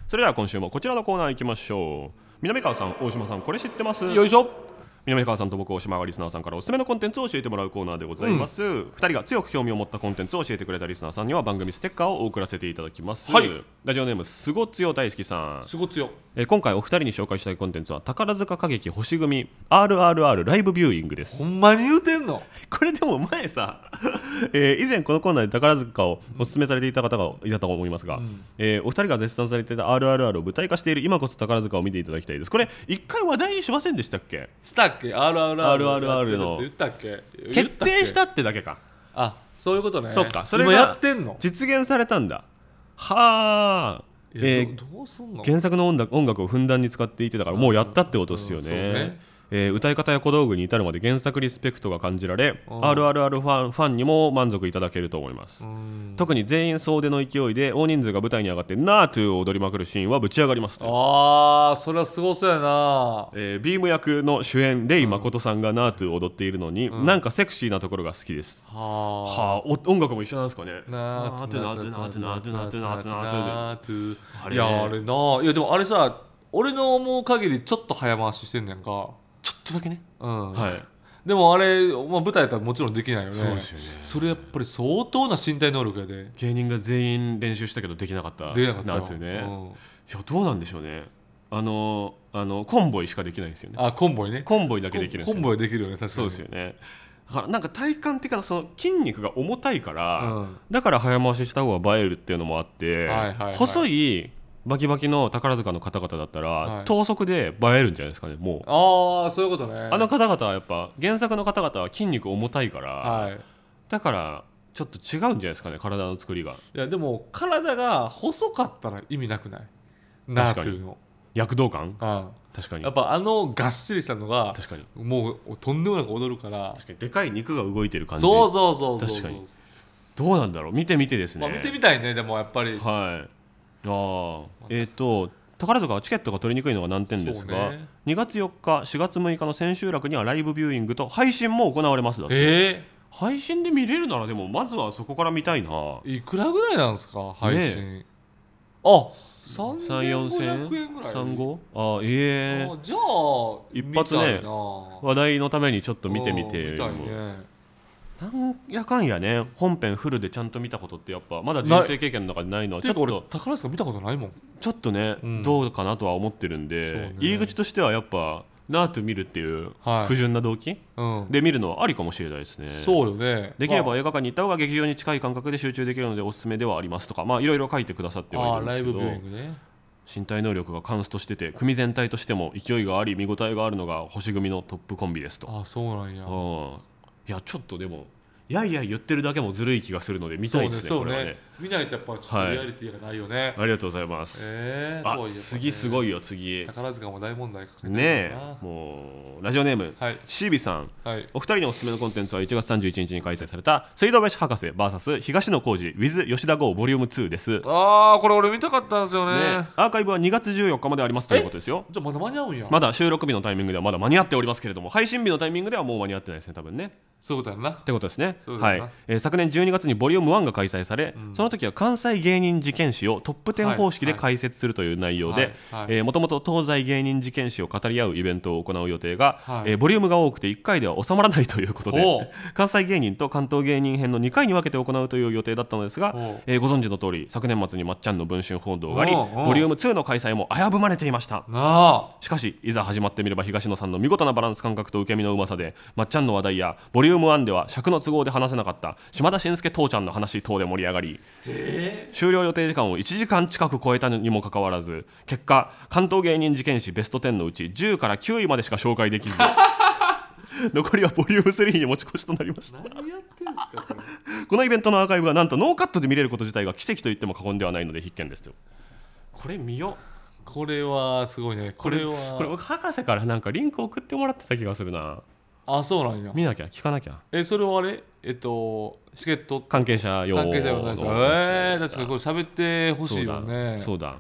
それでは今週もこちらのコーナー行きましょう。南川さん、大島さん、これ知ってます？ よいしょ。 南川さんと僕、大島がリスナーさんからおすすめのコンテンツを教えてもらうコーナーでございます、うん、ふたりが強く興味を持ったコンテンツを教えてくれたリスナーさんには番組ステッカーを送らせていただきます、はい、ラジオネームすごつよ大好きさん。 すごつよ、 えー、今回お二人に紹介したいコンテンツは宝塚歌劇星組 アールアールアール ライブビューイングです。 ほんまに言うてんの？ これでも前さ、えー、以前このコーナーで宝塚をおすすめされていた方がいたと思いますが、うんえー、お二人が絶賛されていた アールアールアール を舞台化している今こそ宝塚を見ていただきたいです。これ一回話題にしませんでしたっけ？ したっけ？ アールアールアールアールアールアール の言ったっけ？ 決定したってだけか。 あ、そういうことね。 そっか、それ今やがってんの？ 実現されたんだ。はあ、えー、 ど, どうすんの？ 原作の音楽、音楽をふんだんに使っていてだからもうやったってことですよね。うんうんねえー、歌い方や小道具に至るまで原作リスペクトが感じられ アールアールアール ファン、ファンにも満足いただけると思います。特に全員総出の勢いで大人数が舞台に上がってナートゥを踊りまくるシーンはぶち上がりますと。 あー、それはすごそうやな、 えー、ビーム役の主演レイ誠さんがナートゥを踊っているのに、うん、なんかセクシーなところが好きです。はあ、音楽も一緒なんですかね。ナートゥナートゥナートゥナートゥナートゥナートゥナートゥあれ、いやあれないやでもあれさ、俺の思う限りちょっと早回ししてんねんか。 ちょっとだけね、 うんはい、でもあれ、まあ、舞台やったらもちろんできないよね。 そうですよね。 それやっぱり相当な身体能力やで。 芸人が全員練習したけどできなかったできなかったなっていうね、うん、いやどうなんでしょうね。あのあのコンボイしかできないんですよね。 あ、コンボイね。 コンボイだけできるんですよ、ね、 コンボイできるよね。確かにそうですよね。だからなんか体感的なその筋肉が重たいから、うん、だから早回しした方が映えるっていうのもあって、はいはいはい、細いバキバキの宝塚の方々だったら、はい、等速で映えるんじゃないですかね。もうああ、そういうことね。 あの方々はやっぱ原作の方々は筋肉重たいから、はい、だからちょっと違うんじゃないですかね、体の作りが。いやでも体が細かったら意味なくない？なっていうの躍動感、 ああ確かに。 やっぱあのがっしりしたのが確かにもうとんでもなく踊るから。 確かにでかい肉が動いてる感じ。 そうそうそうそう。 確かに。どうなんだろう、見てみてですね、 まあ、見てみたいね。でもやっぱりはい。あえー、と宝塚はチケットが取りにくいのが難点ですが、ね、にがつよっかしがつむいかの千秋楽にはライブビューイングと配信も行われますだって、えー、配信で見れるならでもまずはそこから見たいな。 いくらぐらいなんですか配信、ね、あさんぜんごひゃくえんぐらい。 さんじゅうごあええー、 じゃあ一発ね話題のためにちょっと見てみて。 見たいね。 なんやかんやね、本編フルでちゃんと見たことってやっぱまだ人生経験の中でないのはちょっと俺宝塚見たことないもん。 ちょっとね、うん、どうかなとは思ってるんで、ね、入り口としてはやっぱナートゥ見るっていう不純な動機、はい、で見るのはありかもしれないですね。 そうよね。 できれば映画館に行った方が劇場に近い感覚で集中できるのでおすすめではありますとか、まあいろいろ書いてくださってはいるんですけど、 あライブビューイングね。 身体能力がカンストしてて組全体としても勢いがあり見応えがあるのが星組のトップコンビですと。 あそうなんや。うん、 いやちょっとでもやいやい言ってるだけもずるい気がするので見たいですね。 そうね、 これはね。 見ないとやっぱちょっとリアリティがないよね、 はい、ありがとうございます、えー、あ、ね、次すごいよ次。 宝塚も大問題かけてるねえ、もうラジオネーム、はい、シービさん、はい、お二人のおすすめのコンテンツはいちがつさんじゅういちにちに開催された水道橋博士 ブイエス 東野幸治 with 吉田剛ボリュームツーです。 あーこれ俺見たかったんですよ ね, ねアーカイブはにがつじゅうよっかまでありますということですよ。 じゃあまだ間に合うんや。 まだ収録日のタイミングではまだ間に合っておりますけれども、配信日のタイミングではもう間に合ってないですね多分ね。 そういうことやなってことですね。 そういうことやな、 はいえー、昨年じゅうにがつにボリュームワンが開催され、うん、その時は関西芸人事件史をトップじゅう方式で解説するという内容で、もともと東西芸人事件史を語り合うイベントを行う予定が、はいえー、ボリュームが多くていっかいでは収まらないということで関西芸人と関東芸人編のにかいに分けて行うという予定だったのですが、えー、ご存知の通り昨年末にまっちゃんの文春報道がありボリュームツーの開催も危ぶまれていました。しかしいざ始まってみれば東野さんの見事なバランス感覚と受け身のうまさでまっちゃんの話題やボリュームワンでは尺の都合で話せなかった島田紳介父ちゃんの話等で盛り上がり、終了予定時間をいちじかん近く超えたにもかかわらず結果関東芸人事件史ベストじゅうのうちじゅうからきゅういまでしか紹介できず残りはボリュームスリーに持ち越しとなりました。 何やってんすかこれこのイベントのアーカイブがなんとノーカットで見れること自体が奇跡と言っても過言ではないので必見ですよ。これ見よ。 これはすごいね。これはこれ僕博士からなんかリンク送ってもらってた気がするな。 あ、そうなんや。 見なきゃ聞かなきゃ。 え、それはあれえっとチケット関係者用の関係者用のやつ。えー、確かにこれ喋ってほしいよね。 そうだそうだ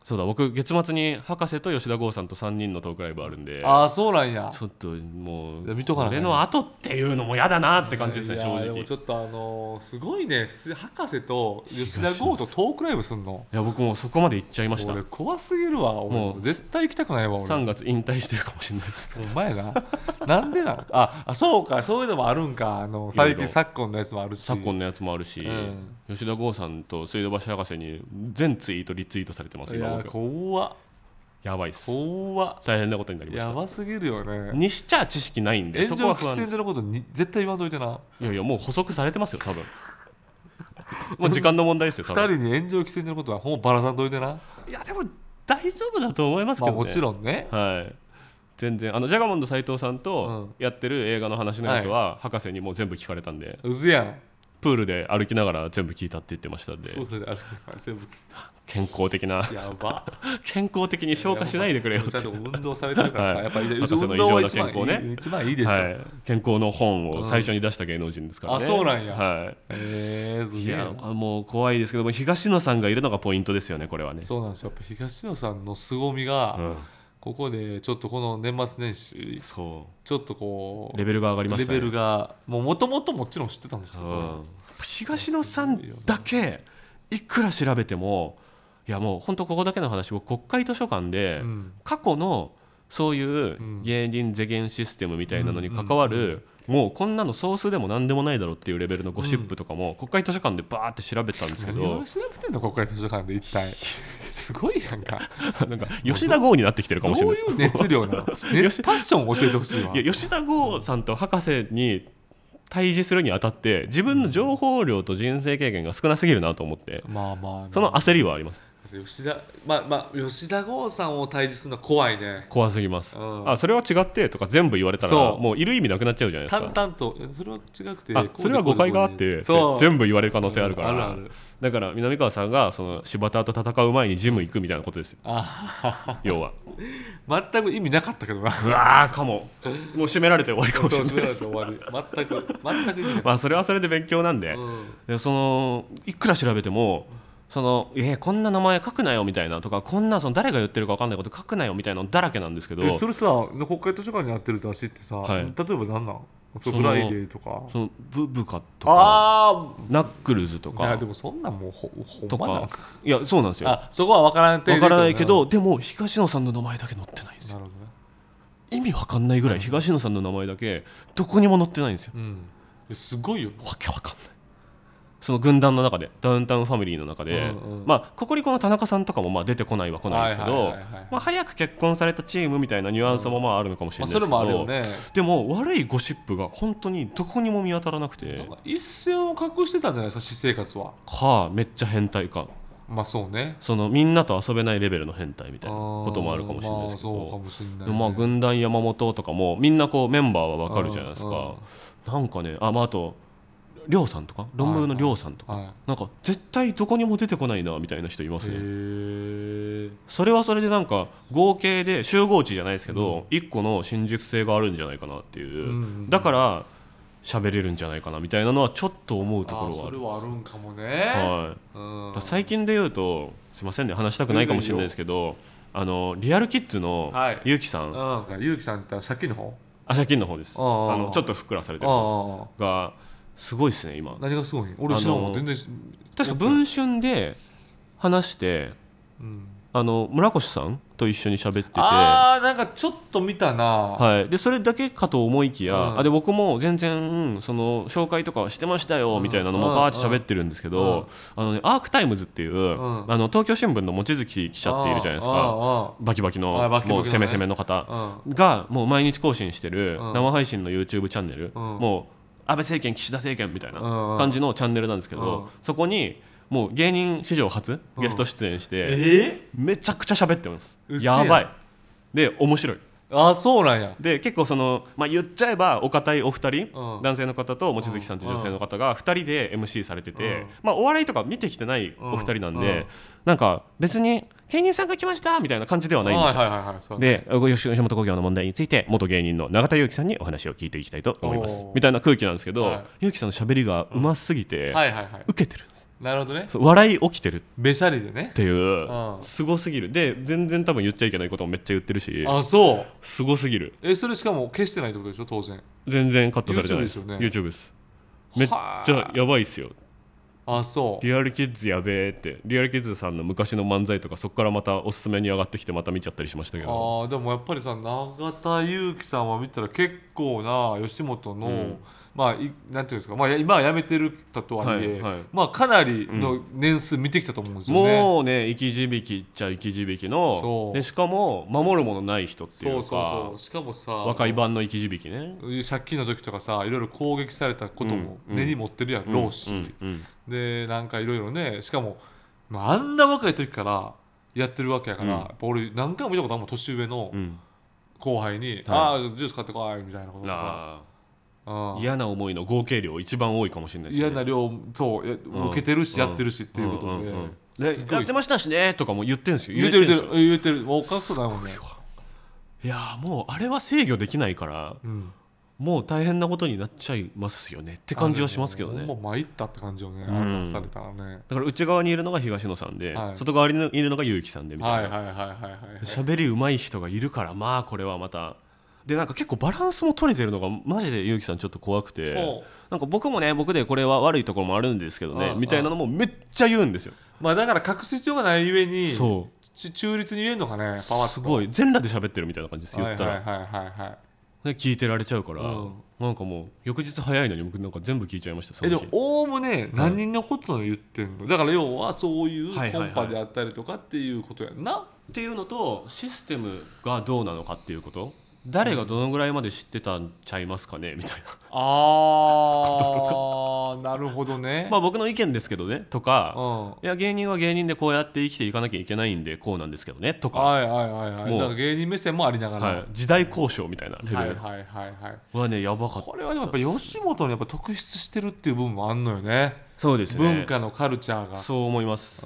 そうだ僕月末に博士と吉田剛さんとさんにんのトークライブあるんで、 ああそうなんや。 ちょっともう見とかな俺の後っていうのも嫌だなって感じですね、正直。 でもちょっとあのー、すごいね、博士と吉田剛とトークライブすんの。 いや僕もそこまで行っちゃいました。 俺怖すぎるわ。もう絶対行きたくないわ俺。 さんがつ引退してるかもしれないです。 お前ななんでなああそうか、そういうのもあるんか。あの最近昨今のやつもあるし昨今のやつもあるし、うん、吉田剛さんと水道橋博士に全ツイートリツイートされてます。 いや怖っ、 やばいっす。 怖大変なことになりました。 やばすぎるよね。 にしちゃ知識ないんで、 そこは不安です。炎上喫煙所のことに絶対言わんといてな。 いやいやもう補足されてますよ多分もう時間の問題ですよ多分。 ふたりに炎上喫煙所のことはほんまバラさんといてな。 いやでも大丈夫だと思いますけどね、 まあ、もちろんね、 はい、全然あのジャガモンド斉藤さんとやってる映画の話のやつは、うん、博士にもう全部聞かれたんで、 うずやん、 プールで歩きながら全部聞いたって言ってましたんで。 プールで歩きながら全部聞いた。 健康的なやば健康的に消化しないでくれよって。 ちゃんと運動されてるからさ、はい、やっぱり博士の異常な健康ね、 一番いいでしょ、はい、 健康の本を最初に出した芸能人ですからね、 うん、あそうなんや、 はい、 えー、 いやもう怖いですけども、東野さんがいるのがポイントですよねこれはね。 そうなんですよ、やっぱ東野さんの凄みが、うん、ここでちょっとこの年末年始そうちょっとこうレベルが上がりましたね。 レベルがもともともちろん知ってたんですけど、うん、 東野さんだけいくら調べても、いやもう本当ここだけの話、僕国会図書館で過去のそういう芸人是元システムみたいなのに関わる、もうこんなのソースでも何でもないだろうっていうレベルのゴシップとかも国会図書館でバーって調べてたんですけど、 何を調べてんの国会図書館で一体すごいやんかなんか吉田剛になってきてるかもしれないです。 どういう熱量なのパッション教えてほしいわ。 いや吉田剛さんと博士に対峙するにあたって自分の情報量と人生経験が少なすぎるなと思って、 まあまあ、 その焦りはあります。 吉田、まあまあ、吉田剛さんを対峙するのは怖いね。 怖すぎます、うん、あそれは違ってとか全部言われたらもういる意味なくなっちゃうじゃないですか。 淡々とそれは違くて、 あそれは誤解があって全部言われる可能性あるから、うん、あるある。だから南川さんがその柴田と戦う前にジム行くみたいなことですよ。あ要は全く意味なかったけどな。 うわーかももう締められて終わりかもしれないです。 終わり全く全く意味ない。 まあそれはそれで勉強なんで、うん、でそのいくら調べてもそのえー、こんな名前書くなよみたいなとか、こんなその誰が言ってるか分かんないこと書くなよみたいなのだらけなんですけど、 それさ国会図書館にやってる雑誌ってさ、はい、例えば何なんそのブライデーとかそのブブカとかナックルズとか。 いやでもそんなんもうほほんまなんかいやそうなんですよ。 あそこは分からん分からないけど、でも東野さんの名前だけ載ってないんですよ。 なるほどね。 意味分かんないぐらい東野さんの名前だけどこにも載ってないんですよ、 うん、すごいよ。 わけわかんない。その軍団の中でダウンタウンファミリーの中で、うんうん、まあココリコの田中さんとかもまあ出てこないは来ないですけど、早く結婚されたチームみたいなニュアンスもまああるのかもしれないですけど、まあ、それもあるよね。でも悪いゴシップが本当にどこにも見当たらなくて、なんか一線を隠してたんじゃないですか私生活は。 かめっちゃ変態か。 まあそうね、 そのみんなと遊べないレベルの変態みたいなこともあるかもしれないですけど、まあそうかもしれないね。でもまあ軍団山本とかもみんなこうメンバーは分かるじゃないですか。なんかねあ、まあ、あとりょうさんとか論文のりょうさんとか、はいはい、なんか絶対どこにも出てこないなみたいな人いますね。へそれはそれでなんか合計で集合値じゃないですけど、うん、いっこの真実性があるんじゃないかなっていう、うんうん、だから喋れるんじゃないかなみたいなのはちょっと思うところはある。 あそれはあるんかもね、 はい、うん、だ最近で言うとすいませんね話したくないかもしれないですけど、あのリアルキッズのゆうきさん、 はい、うん、ゆうきさんって借金の方あ借金の方です。あのちょっとふっくらされてる方がすごいですね今。 何がすごい？俺知らんもん全然。 確か文春で話して、うん、あの村越さんと一緒に喋ってて、 あーなんかちょっと見たな、 はい、でそれだけかと思いきや、うん、あで僕も全然その紹介とかしてましたよみたいなのもバーって喋ってるんですけど、うんあのね、アークタイムズっていう、うん、あの東京新聞の望月記者っているじゃないですか。バキバキのもう攻め攻めの方がもう毎日更新してる生配信の YouTube チャンネル、うん、もう安倍政権岸田政権みたいな感じのチャンネルなんですけど、そこにもう芸人史上初ゲスト出演して、うんえー、めちゃくちゃ喋ってます。やばいで面白い。 あそうなんや。 で結構その、まあ、言っちゃえばお堅いお二人、うん、男性の方と望月さんという女性の方がふたりで エムシー されてて、うんまあ、お笑いとか見てきてないお二人なんで、うんうん、なんか別に芸人さんが来ましたみたいな感じではないんですよ、はいはいはいはい、で吉本興業の問題について元芸人の永田裕樹さんにお話を聞いていきたいと思いますみたいな空気なんですけど、はい、裕樹さんの喋りがうますぎて、うんはいはいはい、受けてるんです。 なるほどね。 笑い起きてるべしゃりでねっていう、すごすぎる。で全然多分言っちゃいけないこともめっちゃ言ってるし、 あ、そうすごすぎる。 えそれしかも消してないってことでしょ当然。 全然カットされてないです。 YouTube ですよね。 YouTube です。めっちゃやばいっすよ。 あ、そうリアルキッズやべえって。リアルキッズさんの昔の漫才とかそこからまたおすすめに上がってきてまた見ちゃったりしましたけど。 あでもやっぱりさ永田裕樹さんは見たら結構な吉本の、うん、まあいなんていうんですか、まあ、今は辞めてるかとはいえ、はいはい、まあかなりの年数見てきたと思うんですよね、 うん、もうね生き字引っちゃ生き字引のでしかも守るものない人っていうか、そうそうそう、 しかもさ若い版の生き字引ね、 借金の時とかさいろいろ攻撃されたことも根に持ってるやろうし、うんうんうんうん、でなんかいろいろねしかも、まあ、あんな若い時からやってるわけやから、うん、やっぱ俺何回も見たことあるもん年上の後輩に、うん、ああジュース買ってこいみたいなこととか、 あ嫌な思いの合計量一番多いかもしれないし、ね、 嫌な量そう受けてるし、うん、やってるしっていうことで、うんうんうん、 でやってましたしねとかも言ってるんですよ。 言ってる言ってる言ってるもうおかしくないもんね。 いやもうあれは制御できないから、うん、もう大変なことになっちゃいますよねって感じはしますけどね。 もう参ったって感じよね、うん、されたらね。 だから内側にいるのが東野さんで、はい、外側にいるのが結城さんでみたいな喋り上手い人がいるから、まあこれはまたでなんか結構バランスも取れてるのがマジで結城さんちょっと怖くて、なんか僕もね僕でこれは悪いところもあるんですけどねみたいなのもめっちゃ言うんですよ。 まあだから隠す必要がないゆえにそう中立に言えるのかね、パワーすごい全裸で喋ってるみたいな感じです言ったら、 はいはいはいはいはい、 ね、聞いてられちゃうから、うん、なんかもう翌日早いのに僕なんか全部聞いちゃいました。その日えでもおおむね何人のことを言ってんの、はい、だから要はそういうコンパであったりとかっていうことやんな、はいはいはい、 っていうのとシステムがどうなのかっていうこと、誰がどのぐらいまで知ってたんちゃいますかねみたいなああなるほどねまあ僕の意見ですけどねとか、うん、いや芸人は芸人でこうやって生きていかなきゃいけないんでこうなんですけどねとか、 はいはいはいはい、だから芸人目線もありながら、 はい、時代交渉みたいなレベルは、 はいはいはいはい、 はねやばかった。 これはでもやっぱ吉本にやっぱ特筆してるっていう部分もあんのよね。 そうですね、 文化のカルチャーがそう思います、うん、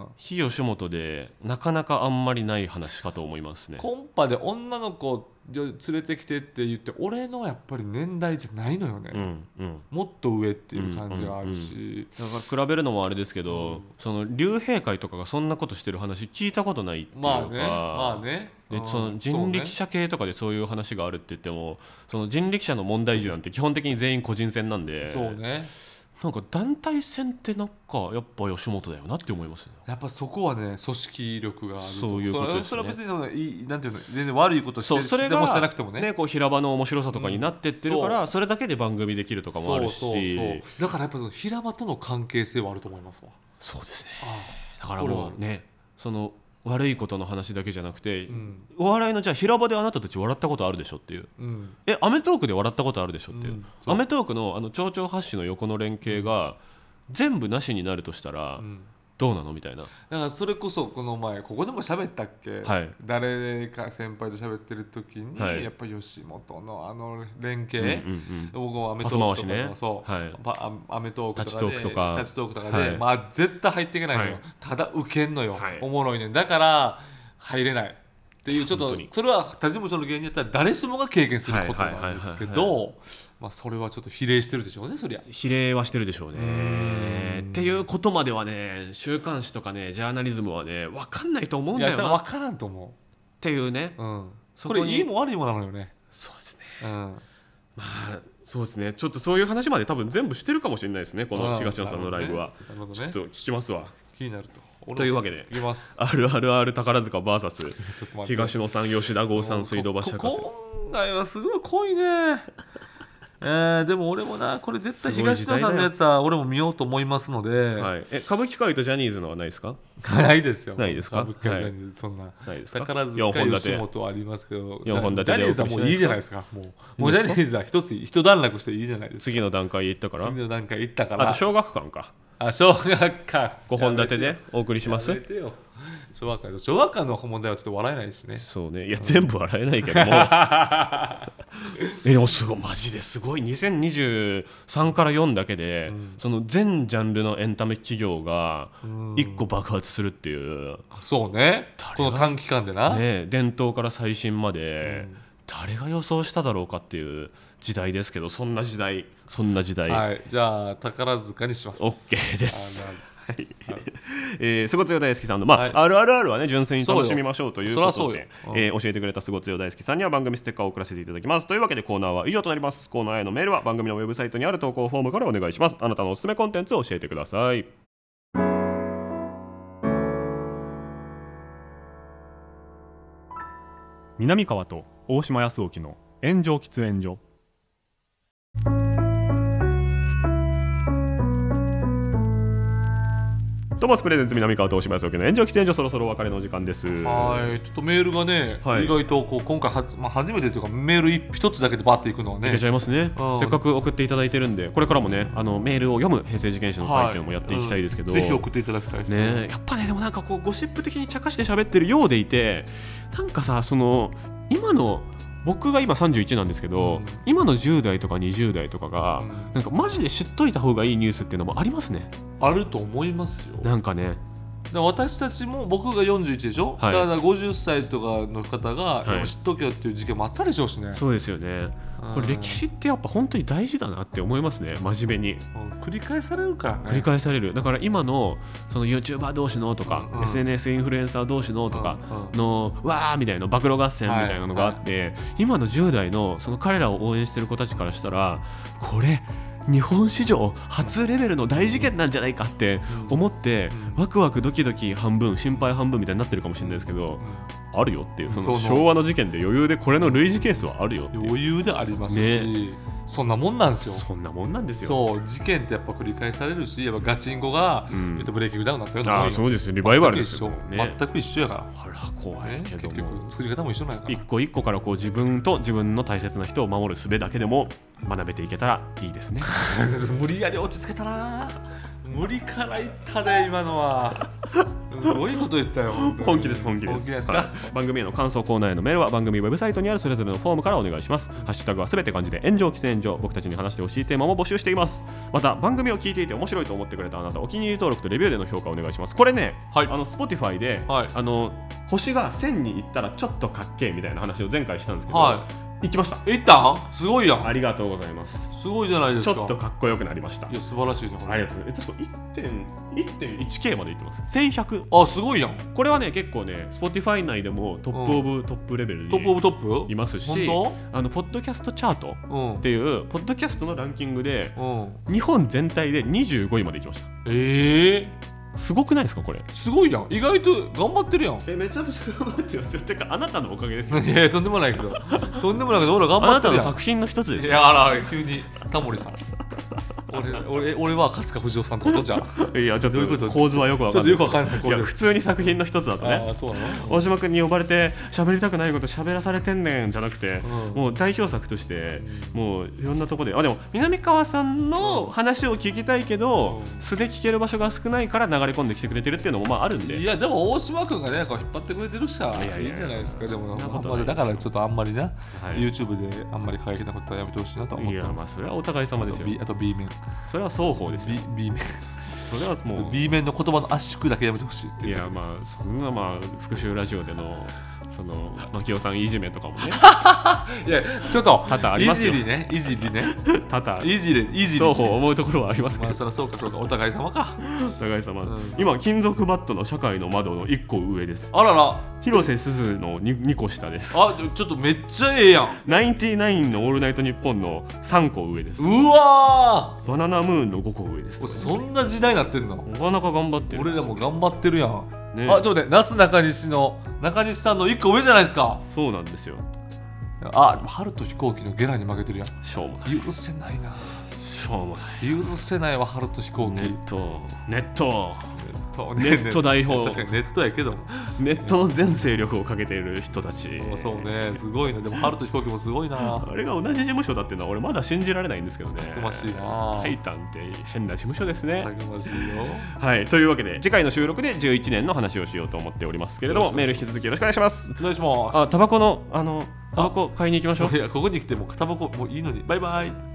非吉本でなかなかあんまりない話かと思いますね。 コンパで女の子連れてきてって言って俺のやっぱり年代じゃないのよね、うんうん、もっと上っていう感じがあるし、うんうんうん、 だから比べるのもあれですけど、うん、その竜兵会とかがそんなことしてる話聞いたことないっていうか、 まあねまあね、 でその人力車系とかでそういう話があるって言っても、その人力車の問題児なんて基本的に全員個人戦なんで、 そうね、 なんか団体戦ってなんかやっぱ吉本だよなって思いますね。 やっぱそこはね組織力があると。 そういうことですね。 それは別になんていうの全然悪いことしてそれがもしてなくてもね、 ねこう平場の面白さとかになってってるから、うん、そ, それだけで番組できるとかもあるし、 そうそうそうだからやっぱその平場との関係性はあると思いますわ。 そうですね。だからもうねその悪いことの話だけじゃなくて、うん、お笑いのじゃあ平場であなたたち笑ったことあるでしょっていう、うん、えアメトークで笑ったことあるでしょっていう、うん、アメトークのあの蝶々発信の横の連携が全部なしになるとしたら、うん、どうなのみたいな。だからそれこそこの前ここでも喋ったっけ、はい、誰か先輩と喋ってる時に、はい、やっぱ吉本のあの連携、うんうんうん、僕もアメトークとかも、ね、そう、はい、アメトークとかでタッチトークとかタッチトークとかで、はい、まあ絶対入っていけないのよ、はい、ただウケんのよ、はい、おもろいねんだから入れないっていうちょっとそれは他事務所の芸人やったら誰しもが経験することなんですけど、まあそれはちょっと比例してるでしょうね。そりゃ比例はしてるでしょうねっていうことまではね週刊誌とかねジャーナリズムはね分かんないと思うんだよな。 いや分からんと思うっていうね、 うん、そこにこれいいも悪いもなのよね。 そうですね、うん、まあそうですねちょっとそういう話まで多分全部してるかもしれないですねこの東野さんのライブは、ねね、ちょっと聞きますわ。 気になるとというわけでいきますアールアールアール 宝塚 ブイエス 東野さん吉田剛さん水道橋博士。 今回はすごい濃いねえー、でも俺もなこれ絶対東野さんのやつは俺も見ようと思いますので、 はい、え歌舞伎界とジャニーズのはないですか？ ないですよ。 ないですか？ 歌舞伎界とジャニーズ、はい、そんなないですか？ 宝塚吉本はありますけどよんほん立てジャニーズはもういいじゃないですか。もうもうジャニーズは一つ一段落していいじゃないですか。 次の段階行ったから次の段階行ったからあと小学館かあ小学館ごほん立てでお送りします。 やめてよ小学館小学館の問題はちょっと笑えないしね。 そうねいや、うん、全部笑えないけどもえでもすごいマジですごいにせんにじゅうさんからよんだけで、うん、その全ジャンルのエンタメ企業がいっこ爆発するっていう、うん、 そうねこの短期間でな、 ね、伝統から最新まで、うん、誰が予想しただろうかっていう時代ですけどそんな時代そんな時代はいじゃあ宝塚にします。 OK ですはいえー、すごつよ大好きさんの、まあはい、あるあるあるはね純粋に楽しみましょうということで、うんえー、教えてくれたすごつよ大好きさんには番組ステッカーを送らせていただきます。というわけでコーナーは以上となります。コーナーへのメールは番組のウェブサイトにある投稿フォームからお願いします。あなたのおすすめコンテンツを教えてください。南川と大島康沖の炎上喫煙所。トマスプレゼンツ南川と大島康沖の炎上喫煙所、そろそろお別れの時間です。 はい、ちょっとメールがね、はい、意外とこう今回は、まあ、初めてというかメール一つだけでバッていくのはねいけちゃいますね、うん、せっかく送っていただいてるんでこれからもねあのメールを読む平成事件史の会っていうのもやっていきたいですけど、 はいうん、ぜひ送っていただきたいです ね, ねやっぱねでもなんかこうゴシップ的に茶化して喋ってるようでいてなんかさその今の僕が今さんじゅういちなんですけど、うん、今のじゅう代とかにじゅう代とかが、うん、なんかマジで知っといた方がいいニュースっていうのもありますね。 あると思いますよ。 なんかね私たちも僕がよんじゅういちでしょ、はい、だからごじゅっさいとかの方が、はい、知っとけよっていう事件もあったでしょうしね。 そうですよね。これ歴史ってやっぱ本当に大事だなって思いますね。真面目に、 うん、繰り返されるからね。 繰り返される。だから今のその YouTuber 同士のとか、うん、エスエヌエス インフルエンサー同士のとかの、うん、わーみたいな暴露合戦みたいなのがあって、はいはい、今のじゅう代のその彼らを応援してる子たちからしたらこれ日本史上初レベルの大事件なんじゃないかって思ってワクワクドキドキ半分心配半分みたいになってるかもしれないですけどあるよっていうその昭和の事件で余裕でこれの類似ケースはあるよっていう余裕でありますし、ね、そんなもんなんですよ。 そんなもんなんですよ。 そう事件ってやっぱ繰り返されるしやっぱガチンコが、うん、ブレーキングダウンになったようなああそうですよリバイバルですよ、 ね、全く一緒やから。 あら怖いけども、 ね、結局作り方も一緒なんやから一個一個からこう自分と自分の大切な人を守る術だけでも学べていけたらいいですね無理やり落ち着けたな。無理からいったね今のはすごいこと言ったよ本気です本気です。 本気ですか、はい、 番組への感想コーナーへのメールは番組ウェブサイトにあるそれぞれのフォームからお願いします。ハッシュタグはすべて漢字で炎上喫煙所。僕たちに話してほしいテーマも募集しています。また番組を聞いていて面白いと思ってくれたあなたお気に入り登録とレビューでの評価をお願いします。これね、はい、あの Spotify で、はい、あの星がせんに行ったらちょっとかっけえみたいな話を前回したんですけど、はい行きました。 行ったんすごいやん。 ありがとうございます。 すごいじゃないですか。 ちょっとかっこよくなりました。 いや素晴らしいですね。 ありがとうございます。いってんいちケー までいってます。せんひゃく。 あすごいやん。 これはね結構ね Spotify 内でもトップオブ、うん、トップレベルにトップオブトップいますし、あのポッドキャストチャートっていう、うん、ポッドキャストのランキングで、うん、日本全体でにじゅうごいまでいきました。 えーすごくないですかこれ。 すごいやん。意外と頑張ってるやん。 えめちゃめちゃ頑張ってますよ。てかあなたのおかげですよ。 いやとんでもないけどとんでもないけど俺は頑張ってるやん。 あなたの作品の一つですよ。 いやあら急にタモリさん俺, 俺, 俺は春日不二夫さんってことじゃん。 いやちょっと構図はよくわかんない。 ちょっとよくわかんない。 いや普通に作品の一つだとね。 あそうなの。 大島君に呼ばれて喋りたくないこと喋らされてんねんじゃなくて、うん、もう代表作としてもういろんなとこであでも南川さんの話を聞きたいけど、うん、素で聞ける場所が少ないから流れ込んできてくれてるっていうのもまああるんで。 いやでも大島君がねこう引っ張ってくれてるしさいいんじゃないですか。でもだからちょっとあんまりね、はい、YouTube であんまり過激なことはやめてほしいなと思ってます。 いやまあそれはお互い様ですよ。 あと B 面それは双方ですよ。 B, B 面それはもう B 面の言葉の圧縮だけやめてほしいっていう。 いやまあそんなまあ復習ラジオでのその牧雄さんいじめとかもねいやちょっと多々ありますよ。 いじりねいじりね多々 いじりいじり双方思うところはありますけど、 まあそりゃそうかそうかお互い様かお互い様、うん、今金属バットの社会の窓のいっこ上です。 あらら広瀬すずの 2, にこ下です。 あちょっとめっちゃええやん。 ナインティナインのオールナイトニッポンのさんこ上です。 うわバナナムーンのごこ上です。 そんな時代になってんの。 なかなか頑張ってる。 俺らも頑張ってるやん、ね、あちょっとねなすなかにしの中西さんのいっこ上じゃないですか。 そうなんですよ。 あ春と飛行機のゲラに負けてるやん。 しょうもない。 許せないな。 しょうもない。 許せないわ春と飛行機。 ネットネットネット代表。 確かにネットやけどネットの全勢力をかけている人たち。 そうねすごいな。でも春と飛行機もすごいな。 あれが同じ事務所だっていうのは俺まだ信じられないんですけどね。 たくましいな。 タイタンって変な事務所ですね。 たくましいよ。 はいというわけで次回の収録でじゅういちねんの話をしようと思っておりますけれどもメール引き続きよろしくお願いします。 お願いします。 あタバコのあのタバコ買いに行きましょう。 いやここに来てもタバコもういいのにバイバイ。